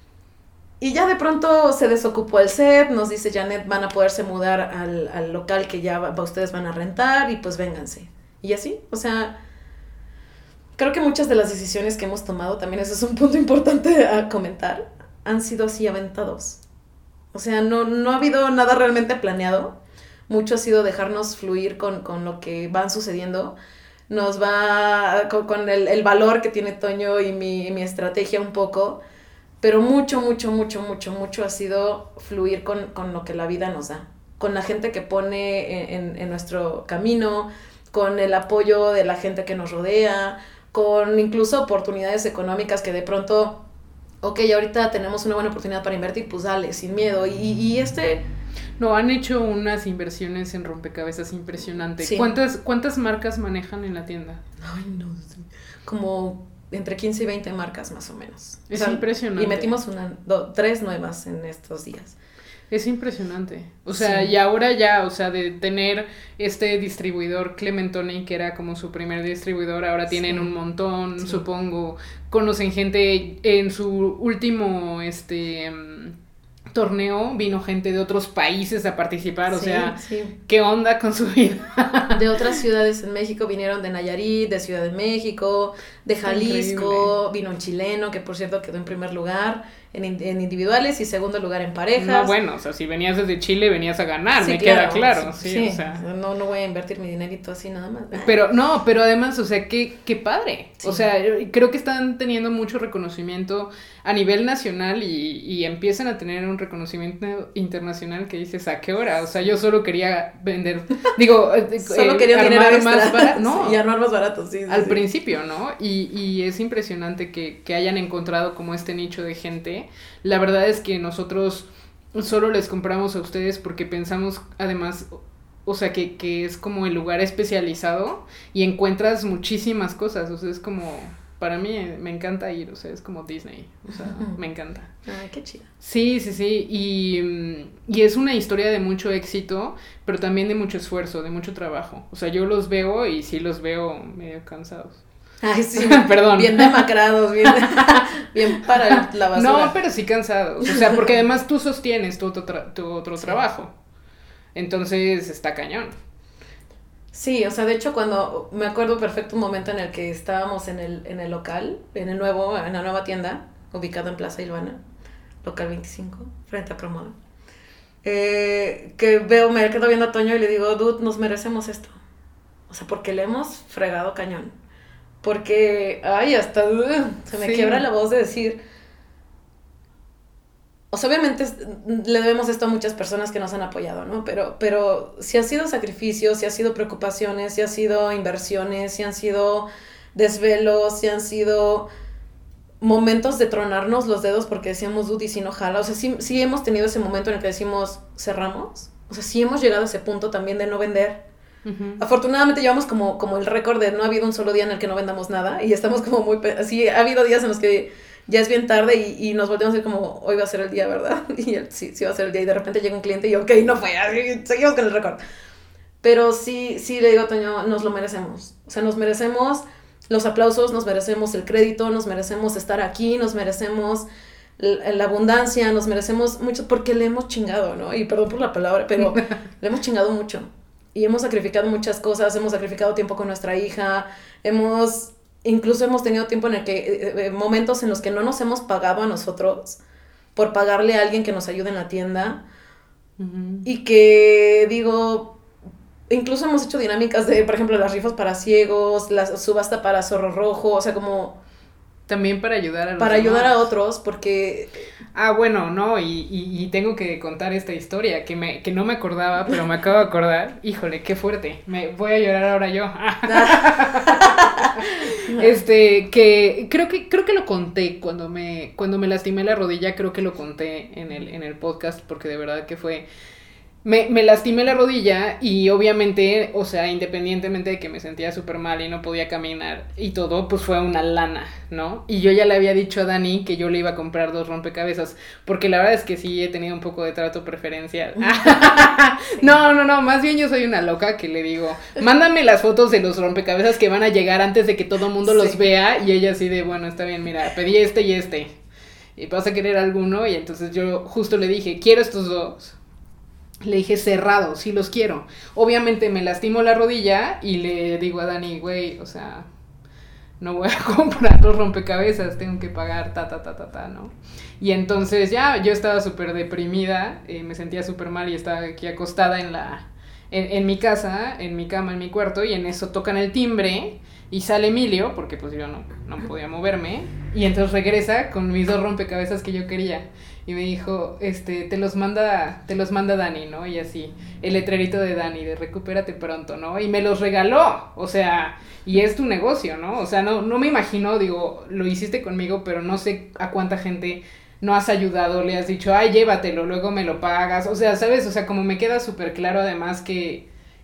Y ya de pronto se desocupó el set, nos dice Janet, van a poderse mudar al local que ya ustedes van a rentar y pues vénganse. Y así, o sea, creo que muchas de las decisiones que hemos tomado, también ese es un punto importante a comentar, han sido así aventados. O sea, no ha habido nada realmente planeado, mucho ha sido dejarnos fluir con lo que van sucediendo. Nos va con el valor que tiene Toño y mi estrategia un poco, pero mucho ha sido fluir con lo que la vida nos da, con la gente que pone en nuestro camino, con el apoyo de la gente que nos rodea, con incluso oportunidades económicas que de pronto, ok, ahorita tenemos una buena oportunidad para invertir, pues dale, sin miedo. No, han hecho unas inversiones en rompecabezas impresionantes. Sí. ¿Cuántas marcas manejan en la tienda? Ay, no sé. Como entre 15 y 20 marcas más o menos. Es impresionante. Y metimos 3 nuevas en estos días. Es impresionante. O sea, sí. Y ahora ya, o sea, de tener este distribuidor Clementoni, que era como su primer distribuidor, ahora tienen un montón, supongo. Conocen gente en su último, torneo, vino gente de otros países a participar, o sea, ¿qué onda con su vida? De otras ciudades en México vinieron, de Nayarit, de Ciudad de México, de Jalisco, increíble. Vino un chileno que por cierto quedó en primer lugar en individuales y segundo lugar en parejas. No, bueno, o sea, si venías desde Chile venías a ganar, me queda claro. Sí, o sea. No voy a invertir mi dinerito así nada más. Pero además, o sea, qué padre. Sí. O sea, creo que están teniendo mucho reconocimiento a nivel nacional y empiezan a tener un reconocimiento internacional que dices, ¿a qué hora? O sea, yo solo quería vender, solo quería armar más barato, ¿no? Y armar más barato, sí. Al principio, ¿no? Y es impresionante que hayan encontrado como este nicho de gente. La verdad es que nosotros solo les compramos a ustedes porque pensamos, además, o sea, que es como el lugar especializado y encuentras muchísimas cosas, o sea, es como, para mí me encanta ir, o sea, es como Disney, o sea, me encanta. Ay, qué chido. Sí, y es una historia de mucho éxito, pero también de mucho esfuerzo, de mucho trabajo, o sea, yo los veo y sí los veo medio cansados. Ay, sí, perdón. Bien demacrados, bien para la basura. No, pero sí cansados, o sea, porque además tú sostienes tu otro trabajo, entonces está cañón. Sí, o sea, de hecho cuando, me acuerdo perfecto un momento en el que estábamos en el local, en la nueva tienda, ubicada en Plaza Ilvana, local 25, frente a Promoda, me quedo viendo a Toño y le digo, dude, nos merecemos esto, o sea, porque le hemos fregado cañón. Porque, hasta se me quiebra la voz de decir, o sea, obviamente le debemos esto a muchas personas que nos han apoyado, ¿no? Pero si ha sido sacrificios, si ha sido preocupaciones, si ha sido inversiones, si han sido desvelos, si han sido momentos de tronarnos los dedos porque decíamos, dude, y si no jala, o sea, sí hemos tenido ese momento en el que decimos, cerramos, o sea, sí hemos llegado a ese punto también de no vender. Uh-huh. Afortunadamente llevamos como el récord de no ha habido un solo día en el que no vendamos nada y estamos como muy así, ha habido días en los que ya es bien tarde y nos volteamos a decir como hoy va a ser el día, ¿verdad? Y sí va a ser el día y de repente llega un cliente y ok, no fue, así, seguimos con el récord. Pero sí le digo a Toño, nos lo merecemos, o sea, nos merecemos los aplausos, nos merecemos el crédito, nos merecemos estar aquí, nos merecemos la abundancia, nos merecemos mucho porque le hemos chingado, ¿no? Y perdón por la palabra, pero le hemos chingado mucho. Y hemos sacrificado muchas cosas, hemos sacrificado tiempo con nuestra hija, hemos incluso hemos tenido tiempo en el que, momentos en los que no nos hemos pagado a nosotros por pagarle a alguien que nos ayude en la tienda. Uh-huh. Y que, digo, incluso hemos hecho dinámicas de, por ejemplo, las rifas para ciegos, la subasta para Zorro Rojo, o sea, como... También para ayudar a los Para ayudar a otros, porque... Bueno, no, y tengo que contar esta historia, que no me acordaba, pero me acabo de acordar. Híjole, qué fuerte, me voy a llorar ahora yo. Que creo que lo conté cuando me lastimé la rodilla, creo que lo conté en el podcast, porque de verdad que fue... Me lastimé la rodilla y obviamente, o sea, independientemente de que me sentía súper mal y no podía caminar y todo, pues fue una lana, ¿no? Y yo ya le había dicho a Dani que yo le iba a comprar 2 rompecabezas, porque la verdad es que sí he tenido un poco de trato preferencial. No, más bien yo soy una loca que le digo, mándame las fotos de los rompecabezas que van a llegar antes de que todo el mundo los vea, y ella así de, bueno, está bien, mira, pedí este y este, y vas a querer alguno, y entonces yo justo le dije, quiero estos 2. Le dije cerrado, sí los quiero. Obviamente me lastimo la rodilla y le digo a Dani, güey, o sea, no voy a comprar los rompecabezas, tengo que pagar, ¿no? Y entonces ya, yo estaba súper deprimida, me sentía súper mal y estaba aquí acostada en mi casa, en mi cama, en mi cuarto, y en eso tocan el timbre y sale Emilio, porque pues yo no podía moverme, y entonces regresa con mis 2 rompecabezas que yo quería. Y me dijo, te los manda Dani, ¿no? Y así, el letrerito de Dani, de recupérate pronto, ¿no? Y me los regaló, o sea, y es tu negocio, ¿no? O sea, no me imagino, digo, lo hiciste conmigo, pero no sé a cuánta gente no has ayudado, le has dicho, ay, llévatelo, luego me lo pagas, o sea, ¿sabes? O sea, como me queda súper claro además que,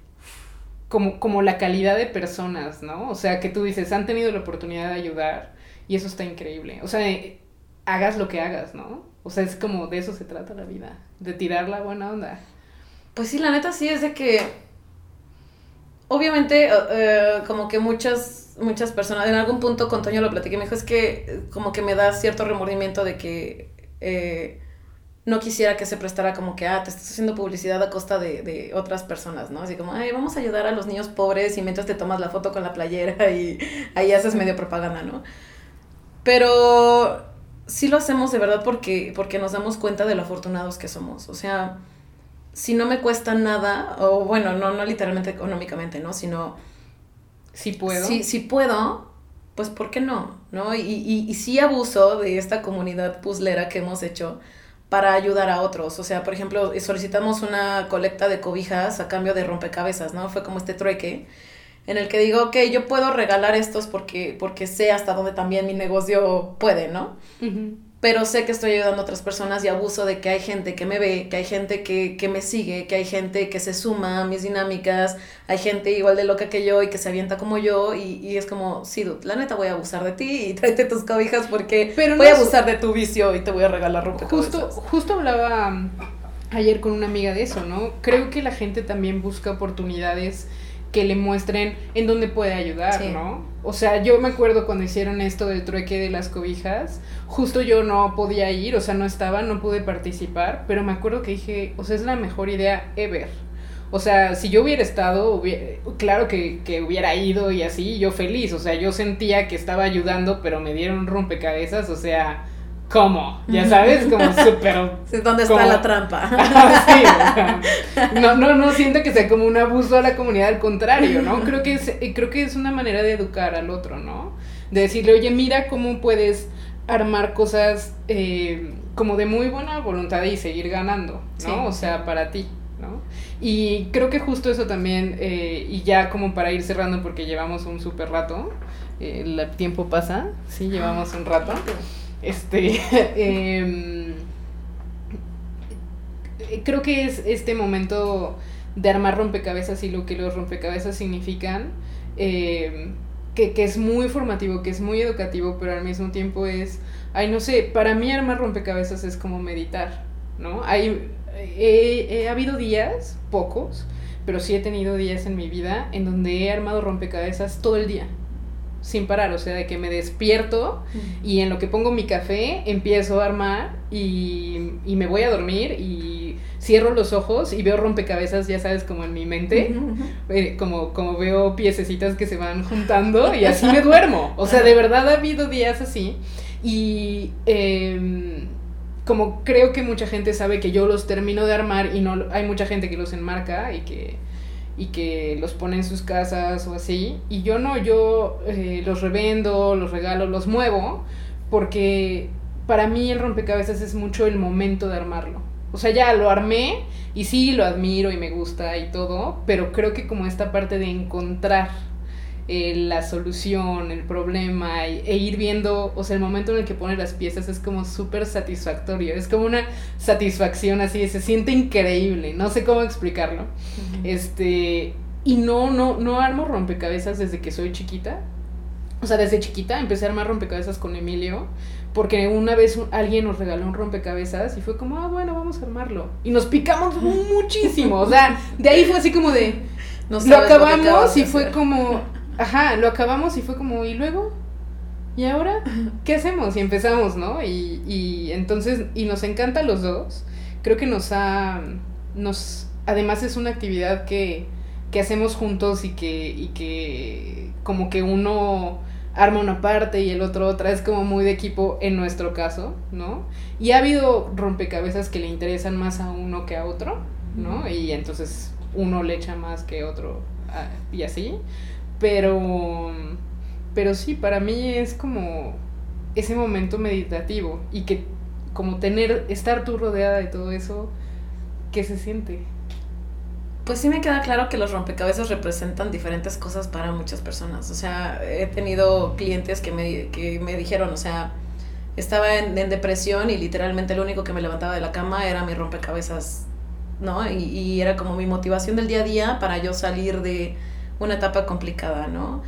como la calidad de personas, ¿no? O sea, que tú dices, han tenido la oportunidad de ayudar, y eso está increíble, o sea, hagas lo que hagas, ¿no? O sea, es como de eso se trata la vida, de tirar la buena onda. Pues sí, la neta sí es de que, obviamente, como que muchas personas, en algún punto con Toño lo platiqué, me dijo, es que como que me da cierto remordimiento de que no quisiera que se prestara como que, te estás haciendo publicidad a costa de otras personas, ¿no? Así como, ay, vamos a ayudar a los niños pobres y mientras te tomas la foto con la playera y ahí haces medio propaganda, ¿no? Pero... sí lo hacemos de verdad porque nos damos cuenta de lo afortunados que somos. O sea, si no me cuesta nada, o bueno, no literalmente económicamente, ¿no? Sino... si puedo. Si puedo, pues ¿por qué no? ¿No? Y sí abuso de esta comunidad puzzlera que hemos hecho para ayudar a otros. O sea, por ejemplo, solicitamos una colecta de cobijas a cambio de rompecabezas, ¿no? Fue como este trueque en el que digo, ok, yo puedo regalar estos porque sé hasta dónde también mi negocio puede, ¿no? Uh-huh. Pero sé que estoy ayudando a otras personas y abuso de que hay gente que me ve, que hay gente que me sigue, que hay gente que se suma a mis dinámicas, hay gente igual de loca que yo y que se avienta como yo, y es como, sí, dude, la neta voy a abusar de ti y tráete tus cobijas porque voy a abusar de tu vicio y te voy a regalar rompecabezas. Justo hablaba ayer con una amiga de eso, ¿no? Creo que la gente también busca oportunidades que le muestren en dónde puede ayudar, sí, ¿no? O sea, yo me acuerdo cuando hicieron esto del trueque de las cobijas, justo yo no podía ir, o sea, no pude participar, pero me acuerdo que dije, o sea, es la mejor idea ever. O sea, si yo hubiera estado, claro que hubiera ido y así, yo feliz, o sea, yo sentía que estaba ayudando, pero me dieron rompecabezas, o sea... ¿cómo? Ya sabes, como súper... ¿Dónde está la trampa? Sí, o sea, no siento que sea como un abuso a la comunidad, al contrario, ¿no? Creo que es una manera de educar al otro, ¿no? De decirle, oye, mira cómo puedes armar cosas como de muy buena voluntad y seguir ganando, ¿no? Sí. O sea, para ti, ¿no? Y creo que justo eso también, y ya como para ir cerrando porque llevamos un súper rato, el tiempo pasa, sí, llevamos un rato. Creo que es este momento de armar rompecabezas y lo que los rompecabezas significan, que es muy formativo, que es muy educativo, pero al mismo tiempo es, no sé, para mí armar rompecabezas es como meditar, ¿no? Ha habido días, pocos, pero sí he tenido días en mi vida en donde he armado rompecabezas todo el día, sin parar, o sea, de que me despierto y en lo que pongo mi café empiezo a armar y me voy a dormir y cierro los ojos y veo rompecabezas, ya sabes, como en mi mente, como veo piececitas que se van juntando y así me duermo. O sea, de verdad ha habido días así y como creo que mucha gente sabe que yo los termino de armar y no hay mucha gente que los enmarca y que los pone en sus casas o así, y yo no, yo los revendo, los regalo, los muevo, porque para mí el rompecabezas es mucho el momento de armarlo. O sea, ya lo armé y sí, lo admiro y me gusta y todo, pero creo que como esta parte de encontrar la solución, el problema e ir viendo, o sea, el momento en el que pone las piezas es como súper satisfactorio, es como una satisfacción así, se siente increíble, no sé cómo explicarlo. Y no armo rompecabezas desde que soy chiquita. O sea, desde chiquita empecé a armar rompecabezas con Emilio, porque una vez alguien nos regaló un rompecabezas y fue como, bueno, vamos a armarlo. Y nos picamos muchísimo, o sea, de ahí fue así como de, lo acabamos y fue como, lo acabamos y fue como, ¿y luego? ¿Y ahora? ¿Qué hacemos? Y empezamos, ¿no? Y entonces, y nos encanta a los dos. Creo que además es una actividad que hacemos juntos y que como que uno arma una parte y el otro otra, es como muy de equipo en nuestro caso, ¿no? Y ha habido rompecabezas que le interesan más a uno que a otro, ¿no? Y entonces uno le echa más que otro y así, pero sí, para mí es como ese momento meditativo y que como estar tú rodeada de todo eso, ¿qué se siente? Pues sí me queda claro que los rompecabezas representan diferentes cosas para muchas personas. O sea, he tenido clientes que me dijeron, o sea, estaba en depresión y literalmente lo único que me levantaba de la cama era mi rompecabezas, ¿no? Y era como mi motivación del día a día para yo salir de una etapa complicada, ¿no?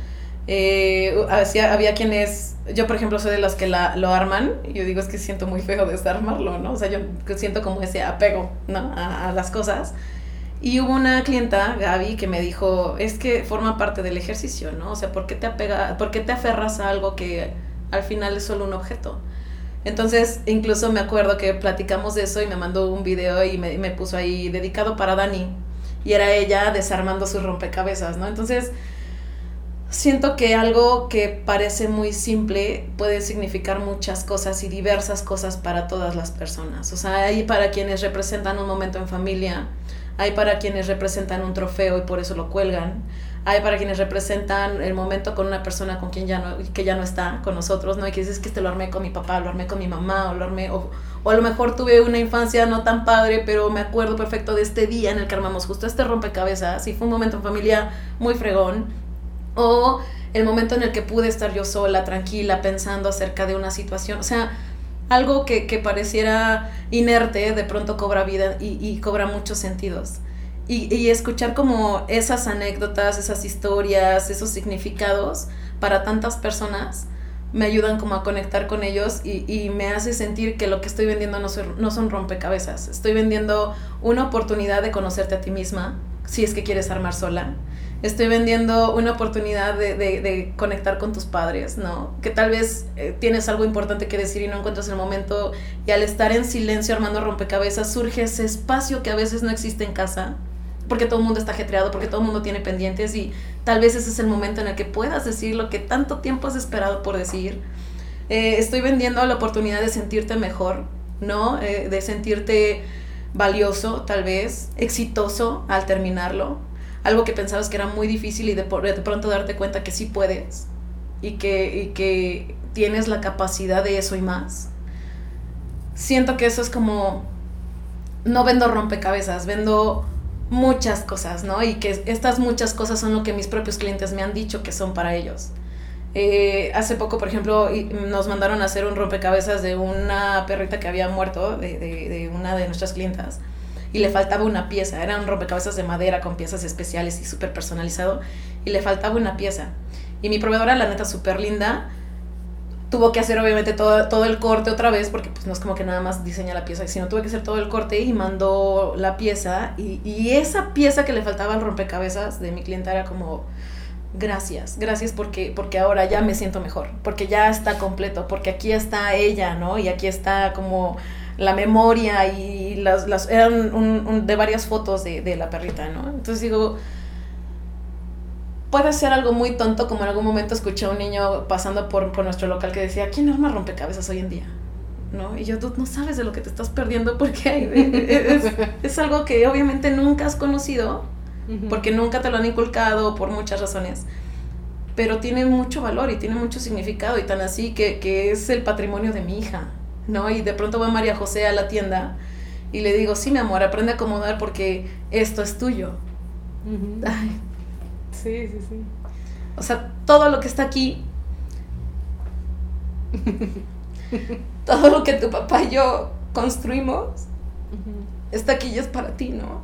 Había quienes, yo por ejemplo soy de las que lo arman, y yo digo, es que siento muy feo desarmarlo, ¿no? O sea, yo siento como ese apego, ¿no? A las cosas. Y hubo una clienta, Gaby, que me dijo, es que forma parte del ejercicio, ¿no? O sea, ¿por qué te aferras a algo que al final es solo un objeto? Entonces, incluso me acuerdo que platicamos de eso y me mandó un video y me puso ahí dedicado para Dani. Y era ella desarmando sus rompecabezas, ¿no? Entonces, siento que algo que parece muy simple puede significar muchas cosas y diversas cosas para todas las personas. O sea, hay para quienes representan un momento en familia, hay para quienes representan un trofeo y por eso lo cuelgan, hay para quienes representan el momento con una persona con quien que ya no está con nosotros, ¿no? Y que dices que lo armé con mi papá, lo armé con mi mamá, o a lo mejor tuve una infancia no tan padre, pero me acuerdo perfecto de este día en el que armamos justo este rompecabezas y fue un momento en familia muy fregón, o el momento en el que pude estar yo sola, tranquila, pensando acerca de una situación, o sea, algo que pareciera inerte, de pronto cobra vida y cobra muchos sentidos. Y escuchar como esas anécdotas, esas historias, esos significados para tantas personas me ayudan como a conectar con ellos y me hace sentir que lo que estoy vendiendo no son rompecabezas. Estoy vendiendo una oportunidad de conocerte a ti misma, si es que quieres armar sola. Estoy vendiendo una oportunidad de conectar con tus padres, ¿no? Que tal vez tienes algo importante que decir y no encuentras el momento, y al estar en silencio armando rompecabezas surge ese espacio que a veces no existe en casa, porque todo el mundo está ajetreado, porque todo el mundo tiene pendientes, y tal vez ese es el momento en el que puedas decir lo que tanto tiempo has esperado por decir. Estoy vendiendo la oportunidad de sentirte mejor, ¿no? De sentirte valioso, tal vez, exitoso al terminarlo. Algo que pensabas que era muy difícil y de pronto darte cuenta que sí puedes y que tienes la capacidad de eso y más. Siento que eso es como, no vendo rompecabezas, vendo muchas cosas, ¿no? Y que estas muchas cosas son lo que mis propios clientes me han dicho que son para ellos. Hace poco, por ejemplo, nos mandaron a hacer un rompecabezas de una perrita que había muerto, de una de nuestras clientas, y le faltaba una pieza. Era un rompecabezas de madera con piezas especiales y súper personalizado, y le faltaba una pieza. Y mi proveedora, la neta, súper linda, tuvo que hacer obviamente todo el corte otra vez, porque pues no es como que nada más diseña la pieza, sino tuve que hacer todo el corte y mandó la pieza, y esa pieza que le faltaba al rompecabezas de mi clienta era como gracias porque ahora ya me siento mejor, porque ya está completo, porque aquí está ella, ¿no? Y aquí está como la memoria y las eran de varias fotos de la perrita, ¿no? Entonces digo, puede ser algo muy tonto, como en algún momento escuché a un niño pasando por nuestro local que decía, ¿quién arma rompecabezas hoy en día? ¿No? Y yo, tú no sabes de lo que te estás perdiendo porque es algo que obviamente nunca has conocido, porque nunca te lo han inculcado por muchas razones, pero tiene mucho valor y tiene mucho significado, y tan así que es el patrimonio de mi hija, ¿no? Y de pronto va María José a la tienda y le digo, sí, mi amor, aprende a acomodar porque esto es tuyo. Ay. Sí. O sea, todo lo que está aquí, todo lo que tu papá y yo construimos, está aquí y es para ti, ¿no?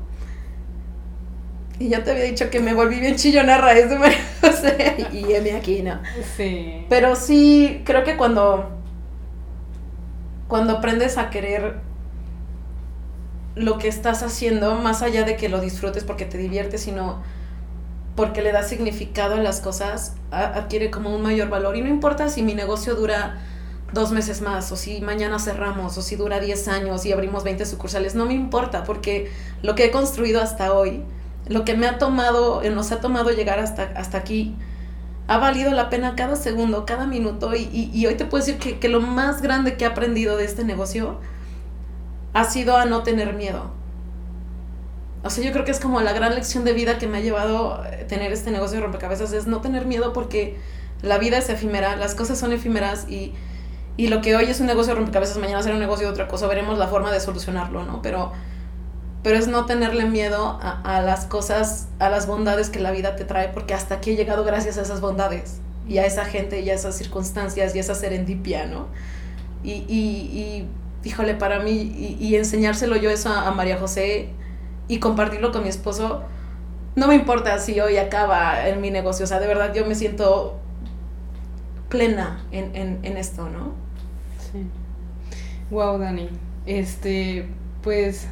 Y ya te había dicho que me volví bien chillona a raíz de María José, y heme aquí, ¿no? Sí. Pero sí, creo que cuando aprendes a querer lo que estás haciendo, más allá de que lo disfrutes porque te diviertes, sino porque le da significado a las cosas, adquiere como un mayor valor. Y no importa si mi negocio dura 2 meses más, o si mañana cerramos, o si dura 10 años y abrimos 20 sucursales, no me importa, porque lo que he construido hasta hoy, lo que nos ha tomado llegar hasta aquí, ha valido la pena cada segundo, cada minuto, y hoy te puedo decir que lo más grande que he aprendido de este negocio ha sido a no tener miedo. O sea, yo creo que es como la gran lección de vida que me ha llevado tener este negocio de rompecabezas, es no tener miedo, porque la vida es efímera, las cosas son efímeras, y lo que hoy es un negocio de rompecabezas, mañana será un negocio de otra cosa, veremos la forma de solucionarlo, ¿no? Pero es no tenerle miedo a las cosas, a las bondades que la vida te trae, porque hasta aquí he llegado gracias a esas bondades, y a esa gente, y a esas circunstancias, y a esa serendipia, ¿no? Y híjole, para mí, y enseñárselo yo eso a María José, y compartirlo con mi esposo, no me importa si hoy acaba en mi negocio, o sea, de verdad yo me siento plena en esto, ¿no? Sí. Wow, Dani. Pues,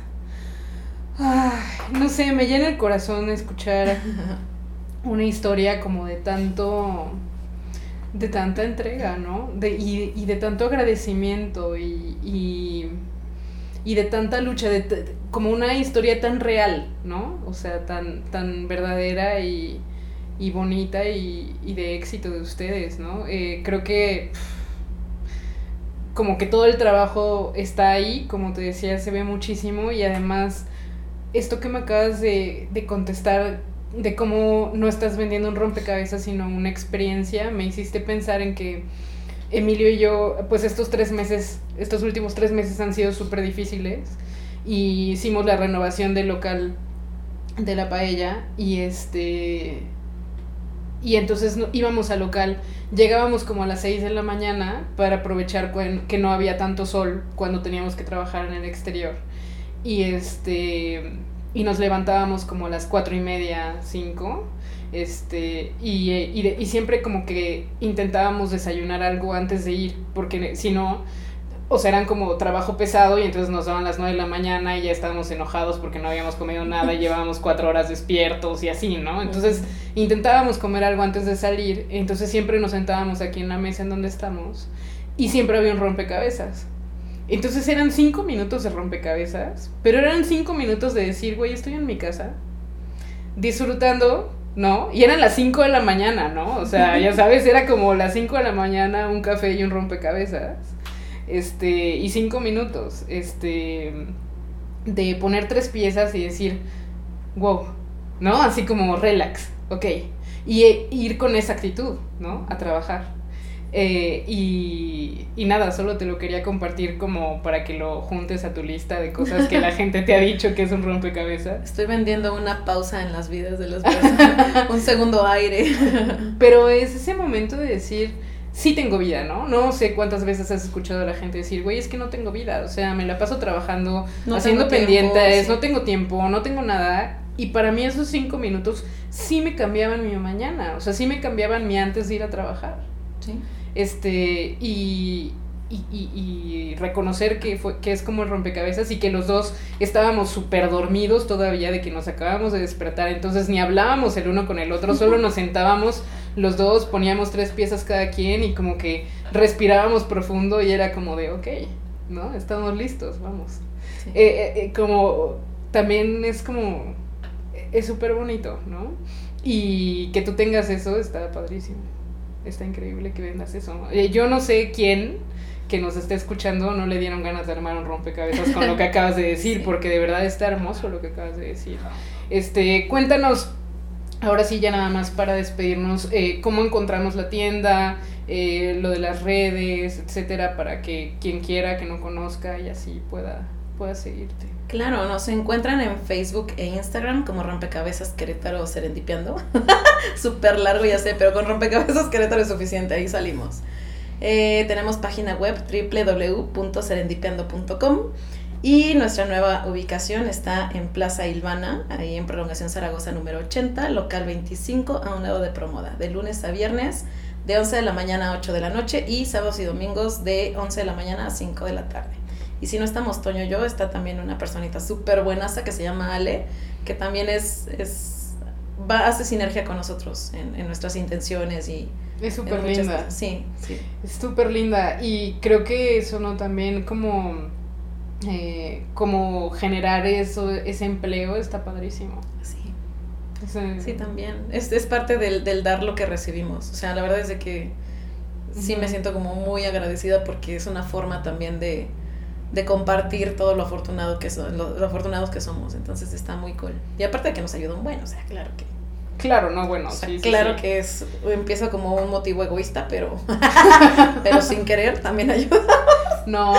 no sé, me llena el corazón escuchar una historia como de tanta entrega, ¿no? Y de tanto agradecimiento y de tanta lucha, como una historia tan real, ¿no? O sea, tan verdadera y bonita y de éxito de ustedes, ¿no? Creo que como que todo el trabajo está ahí, como te decía, se ve muchísimo, y además esto que me acabas de contestar de cómo no estás vendiendo un rompecabezas sino una experiencia, me hiciste pensar en que Emilio y yo, pues estos últimos 3 meses han sido súper difíciles, y hicimos la renovación del local de la paella, y entonces íbamos al local, llegábamos como a las 6 de la mañana para aprovechar que no había tanto sol cuando teníamos que trabajar en el exterior, y nos levantábamos como a las 4:30, 5, y siempre como que intentábamos desayunar algo antes de ir, porque si no, o sea, eran como trabajo pesado, y entonces nos daban las 9 de la mañana y ya estábamos enojados porque no habíamos comido nada y llevábamos 4 horas despiertos y así, ¿no? Entonces intentábamos comer algo antes de salir, entonces siempre nos sentábamos aquí en la mesa en donde estamos, y siempre había un rompecabezas. Entonces eran 5 minutos de rompecabezas, pero eran 5 minutos de decir, güey, estoy en mi casa, disfrutando, ¿no? Y eran las 5 de la mañana, ¿no? O sea, ya sabes, era como las 5 de la mañana, un café y un rompecabezas. Y 5 minutos, de poner 3 piezas y decir, wow, ¿no? Así como relax, ok. Y ir con esa actitud, ¿no? A trabajar. Y nada, solo te lo quería compartir como para que lo juntes a tu lista de cosas que la gente te ha dicho que es un rompecabezas. Estoy vendiendo una pausa en las vidas de las personas, un segundo aire. Pero es ese momento de decir, sí tengo vida, ¿no? No sé cuántas veces has escuchado a la gente decir, güey, es que no tengo vida, o sea, me la paso trabajando, no haciendo pendientes, sí. No tengo tiempo, no tengo nada. Y para mí esos 5 minutos sí me cambiaban mi mañana, o sea, sí me cambiaban mi antes de ir a trabajar. Sí. Y y reconocer que es como el rompecabezas y que los dos estábamos súper dormidos todavía de que nos acabamos de despertar, entonces ni hablábamos el uno con el otro, solo nos sentábamos los dos, poníamos 3 piezas cada quien y como que respirábamos profundo y era como de ok, ¿no? Estamos listos, vamos. Sí. Como también es como, es súper bonito, ¿no? Y que tú tengas eso está padrísimo, está increíble que vendas eso. Yo no sé quién que nos esté escuchando no le dieron ganas de armar un rompecabezas con lo que acabas de decir, sí. Porque de verdad está hermoso lo que acabas de decir. Cuéntanos, ahora sí ya nada más para despedirnos, cómo encontramos la tienda, lo de las redes, etcétera, para que quien quiera que no conozca y así pueda seguirte. Claro, nos encuentran en Facebook e Instagram como Rompecabezas Querétaro Serendipiando. Súper largo, ya sé, pero con Rompecabezas Querétaro es suficiente, ahí salimos. Tenemos página web www.serendipiando.com y nuestra nueva ubicación está en Plaza Ilvana, ahí en Prolongación Zaragoza número 80, local 25, a un lado de Promoda, de lunes a viernes de 11 de la mañana a 8 de la noche y sábados y domingos de 11 de la mañana a 5 de la tarde. Y si no estamos Toño y yo, está también una personita súper buenaza que se llama Ale, que también hace sinergia con nosotros en nuestras intenciones y... Es súper linda. Sí. Es súper linda y creo que eso, ¿no? También como generar ese empleo está padrísimo. Sí. Sí, también. Es parte del dar lo que recibimos. O sea, la verdad es de que sí me siento como muy agradecida porque es una forma también de compartir todo lo afortunados que somos, entonces está muy cool. Y aparte de que nos ayudan, bueno, o sea, claro que... Claro, no, bueno, o sea, sí. Claro que empieza como un motivo egoísta, pero sin querer también ayuda. No,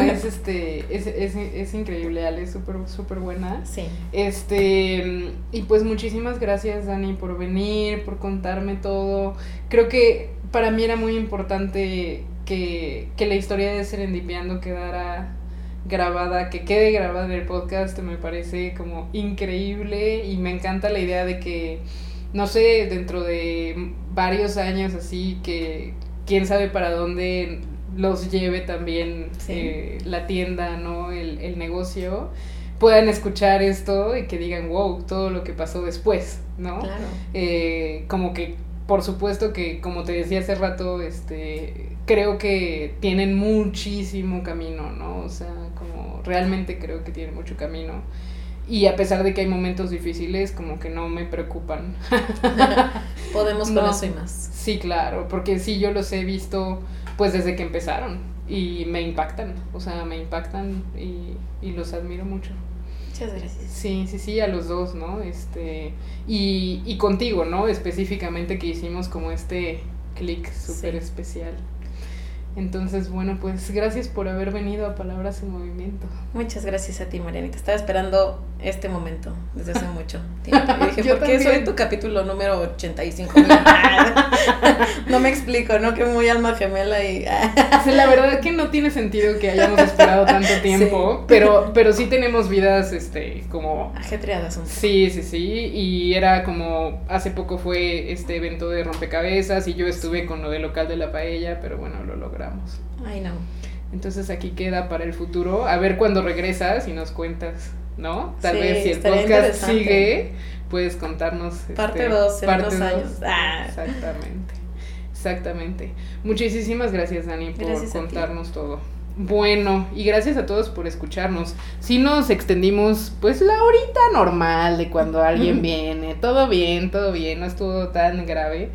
es increíble, Ale, es súper buena. Sí. Y pues muchísimas gracias, Dani, por venir, por contarme todo. Creo que para mí era muy importante que la historia de Serendipiando quedara grabada, que quede grabada en el podcast, me parece como increíble y me encanta la idea de que, no sé, dentro de varios años así, que quién sabe para dónde los lleve también sí. La tienda, ¿no? El negocio, puedan escuchar esto y que digan, wow, todo lo que pasó después, ¿no? Claro. Como que, por supuesto que, como te decía hace rato, creo que tienen muchísimo camino, ¿no? O sea, como realmente creo que tienen mucho camino. Y a pesar de que hay momentos difíciles, como que no me preocupan. Podemos con eso y más. Sí, claro, porque sí, yo los he visto pues desde que empezaron y me impactan, o sea, y los admiro mucho. Muchas gracias. Sí, a los dos, ¿no? Y contigo, ¿no? Específicamente que hicimos como clic súper especial. Entonces, bueno, pues gracias por haber venido a Palabras en Movimiento. Muchas gracias a ti, Marianita. Estaba esperando este momento desde hace mucho tiempo. Y dije, ¿por qué soy tu capítulo número 85? No me explico, ¿no? Que muy alma gemela y... Sí, la verdad es que no tiene sentido que hayamos esperado tanto tiempo, sí. pero sí tenemos vidas, como... ajetreadas un poco. Sí, y era como, hace poco fue este evento de rompecabezas y yo estuve con lo del local de la paella, pero bueno, lo logramos. Ay, no. Entonces aquí queda para el futuro, a ver cuando regresas y nos cuentas, ¿no? Tal vez si el podcast sigue, puedes contarnos parte 2 en 2 años. Exactamente. Muchísimas gracias, Dani, por contarnos todo. Bueno, y gracias a todos por escucharnos. Sí nos extendimos pues la horita normal de cuando alguien viene. Todo bien, no estuvo tan grave.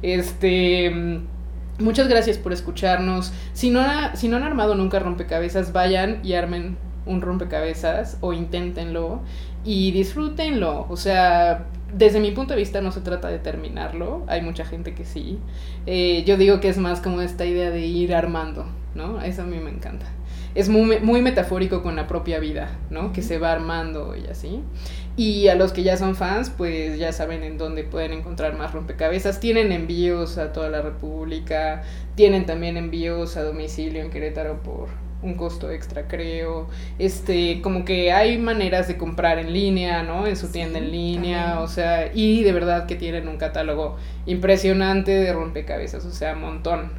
Muchas gracias por escucharnos. Si no han armado nunca rompecabezas, vayan y armen un rompecabezas o inténtenlo y disfrútenlo. O sea, desde mi punto de vista no se trata de terminarlo. Hay mucha gente que sí. Yo digo que es más como esta idea de ir armando, ¿no? Eso a mí me encanta. Es muy, muy metafórico con la propia vida, ¿no? Que se va armando y así. Y a los que ya son fans, pues ya saben en dónde pueden encontrar más rompecabezas. Tienen envíos a toda la República, tienen también envíos a domicilio en Querétaro por un costo extra, creo. Como que hay maneras de comprar en línea, ¿no? En su tienda en línea, también. O sea, y de verdad que tienen un catálogo impresionante de rompecabezas, o sea, montón.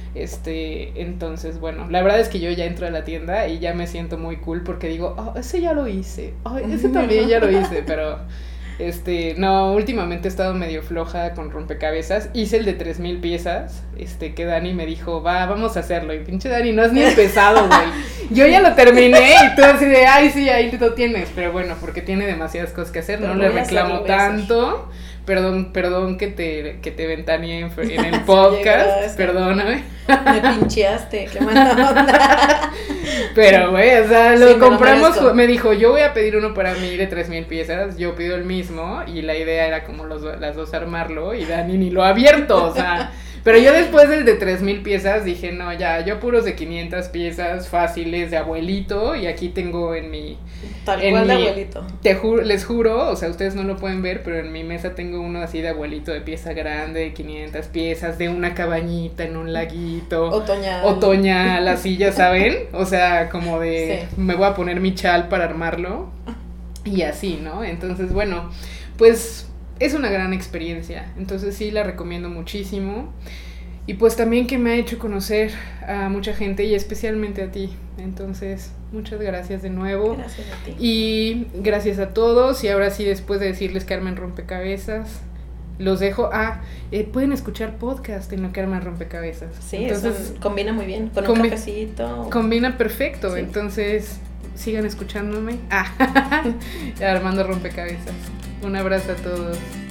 Entonces, bueno, la verdad es que yo ya entro a la tienda y ya me siento muy cool porque digo, ese ya lo hice, ese también ya lo hice, pero no, últimamente he estado medio floja con rompecabezas. Hice el de 3000 piezas, que Dani me dijo, vamos a hacerlo. Y pinche Dani, no has ni empezado, güey. Yo ya lo terminé y tú así de, ay, sí, ahí lo tienes. Pero bueno, porque tiene demasiadas cosas que hacer, pero no le reclamo tanto. Perdón que te ventaneé en el podcast, perdóname. Me pincheaste, qué mala onda. Pero, güey, o sea, lo compramos, me dijo, yo voy a pedir uno para mí de 3000 piezas, yo pido el mismo, y la idea era como las dos armarlo, y Dani ni lo ha abierto, o sea... Pero yo después del de 3000 piezas dije, no, ya, yo puros de 500 piezas fáciles de abuelito, y aquí tengo en mi... Tal cual de abuelito. Les juro, o sea, ustedes no lo pueden ver, pero en mi mesa tengo uno así de abuelito, de pieza grande, de 500 piezas, de una cabañita en un laguito. Otoñal, así, ya saben, o sea, como de, sí. Me voy a poner mi chal para armarlo, y así, ¿no? Entonces, bueno, pues... Es una gran experiencia, entonces sí la recomiendo muchísimo. Y pues también que me ha hecho conocer a mucha gente y especialmente a ti. Entonces, muchas gracias de nuevo. Gracias a ti. Y gracias a todos. Y ahora sí, después de decirles que armen rompecabezas, los dejo. Pueden escuchar podcast en lo que arman rompecabezas. Sí, entonces combina muy bien con un cafecito. Combina perfecto, sí. Entonces sigan escuchándome. Armando rompecabezas. Un abrazo a todos.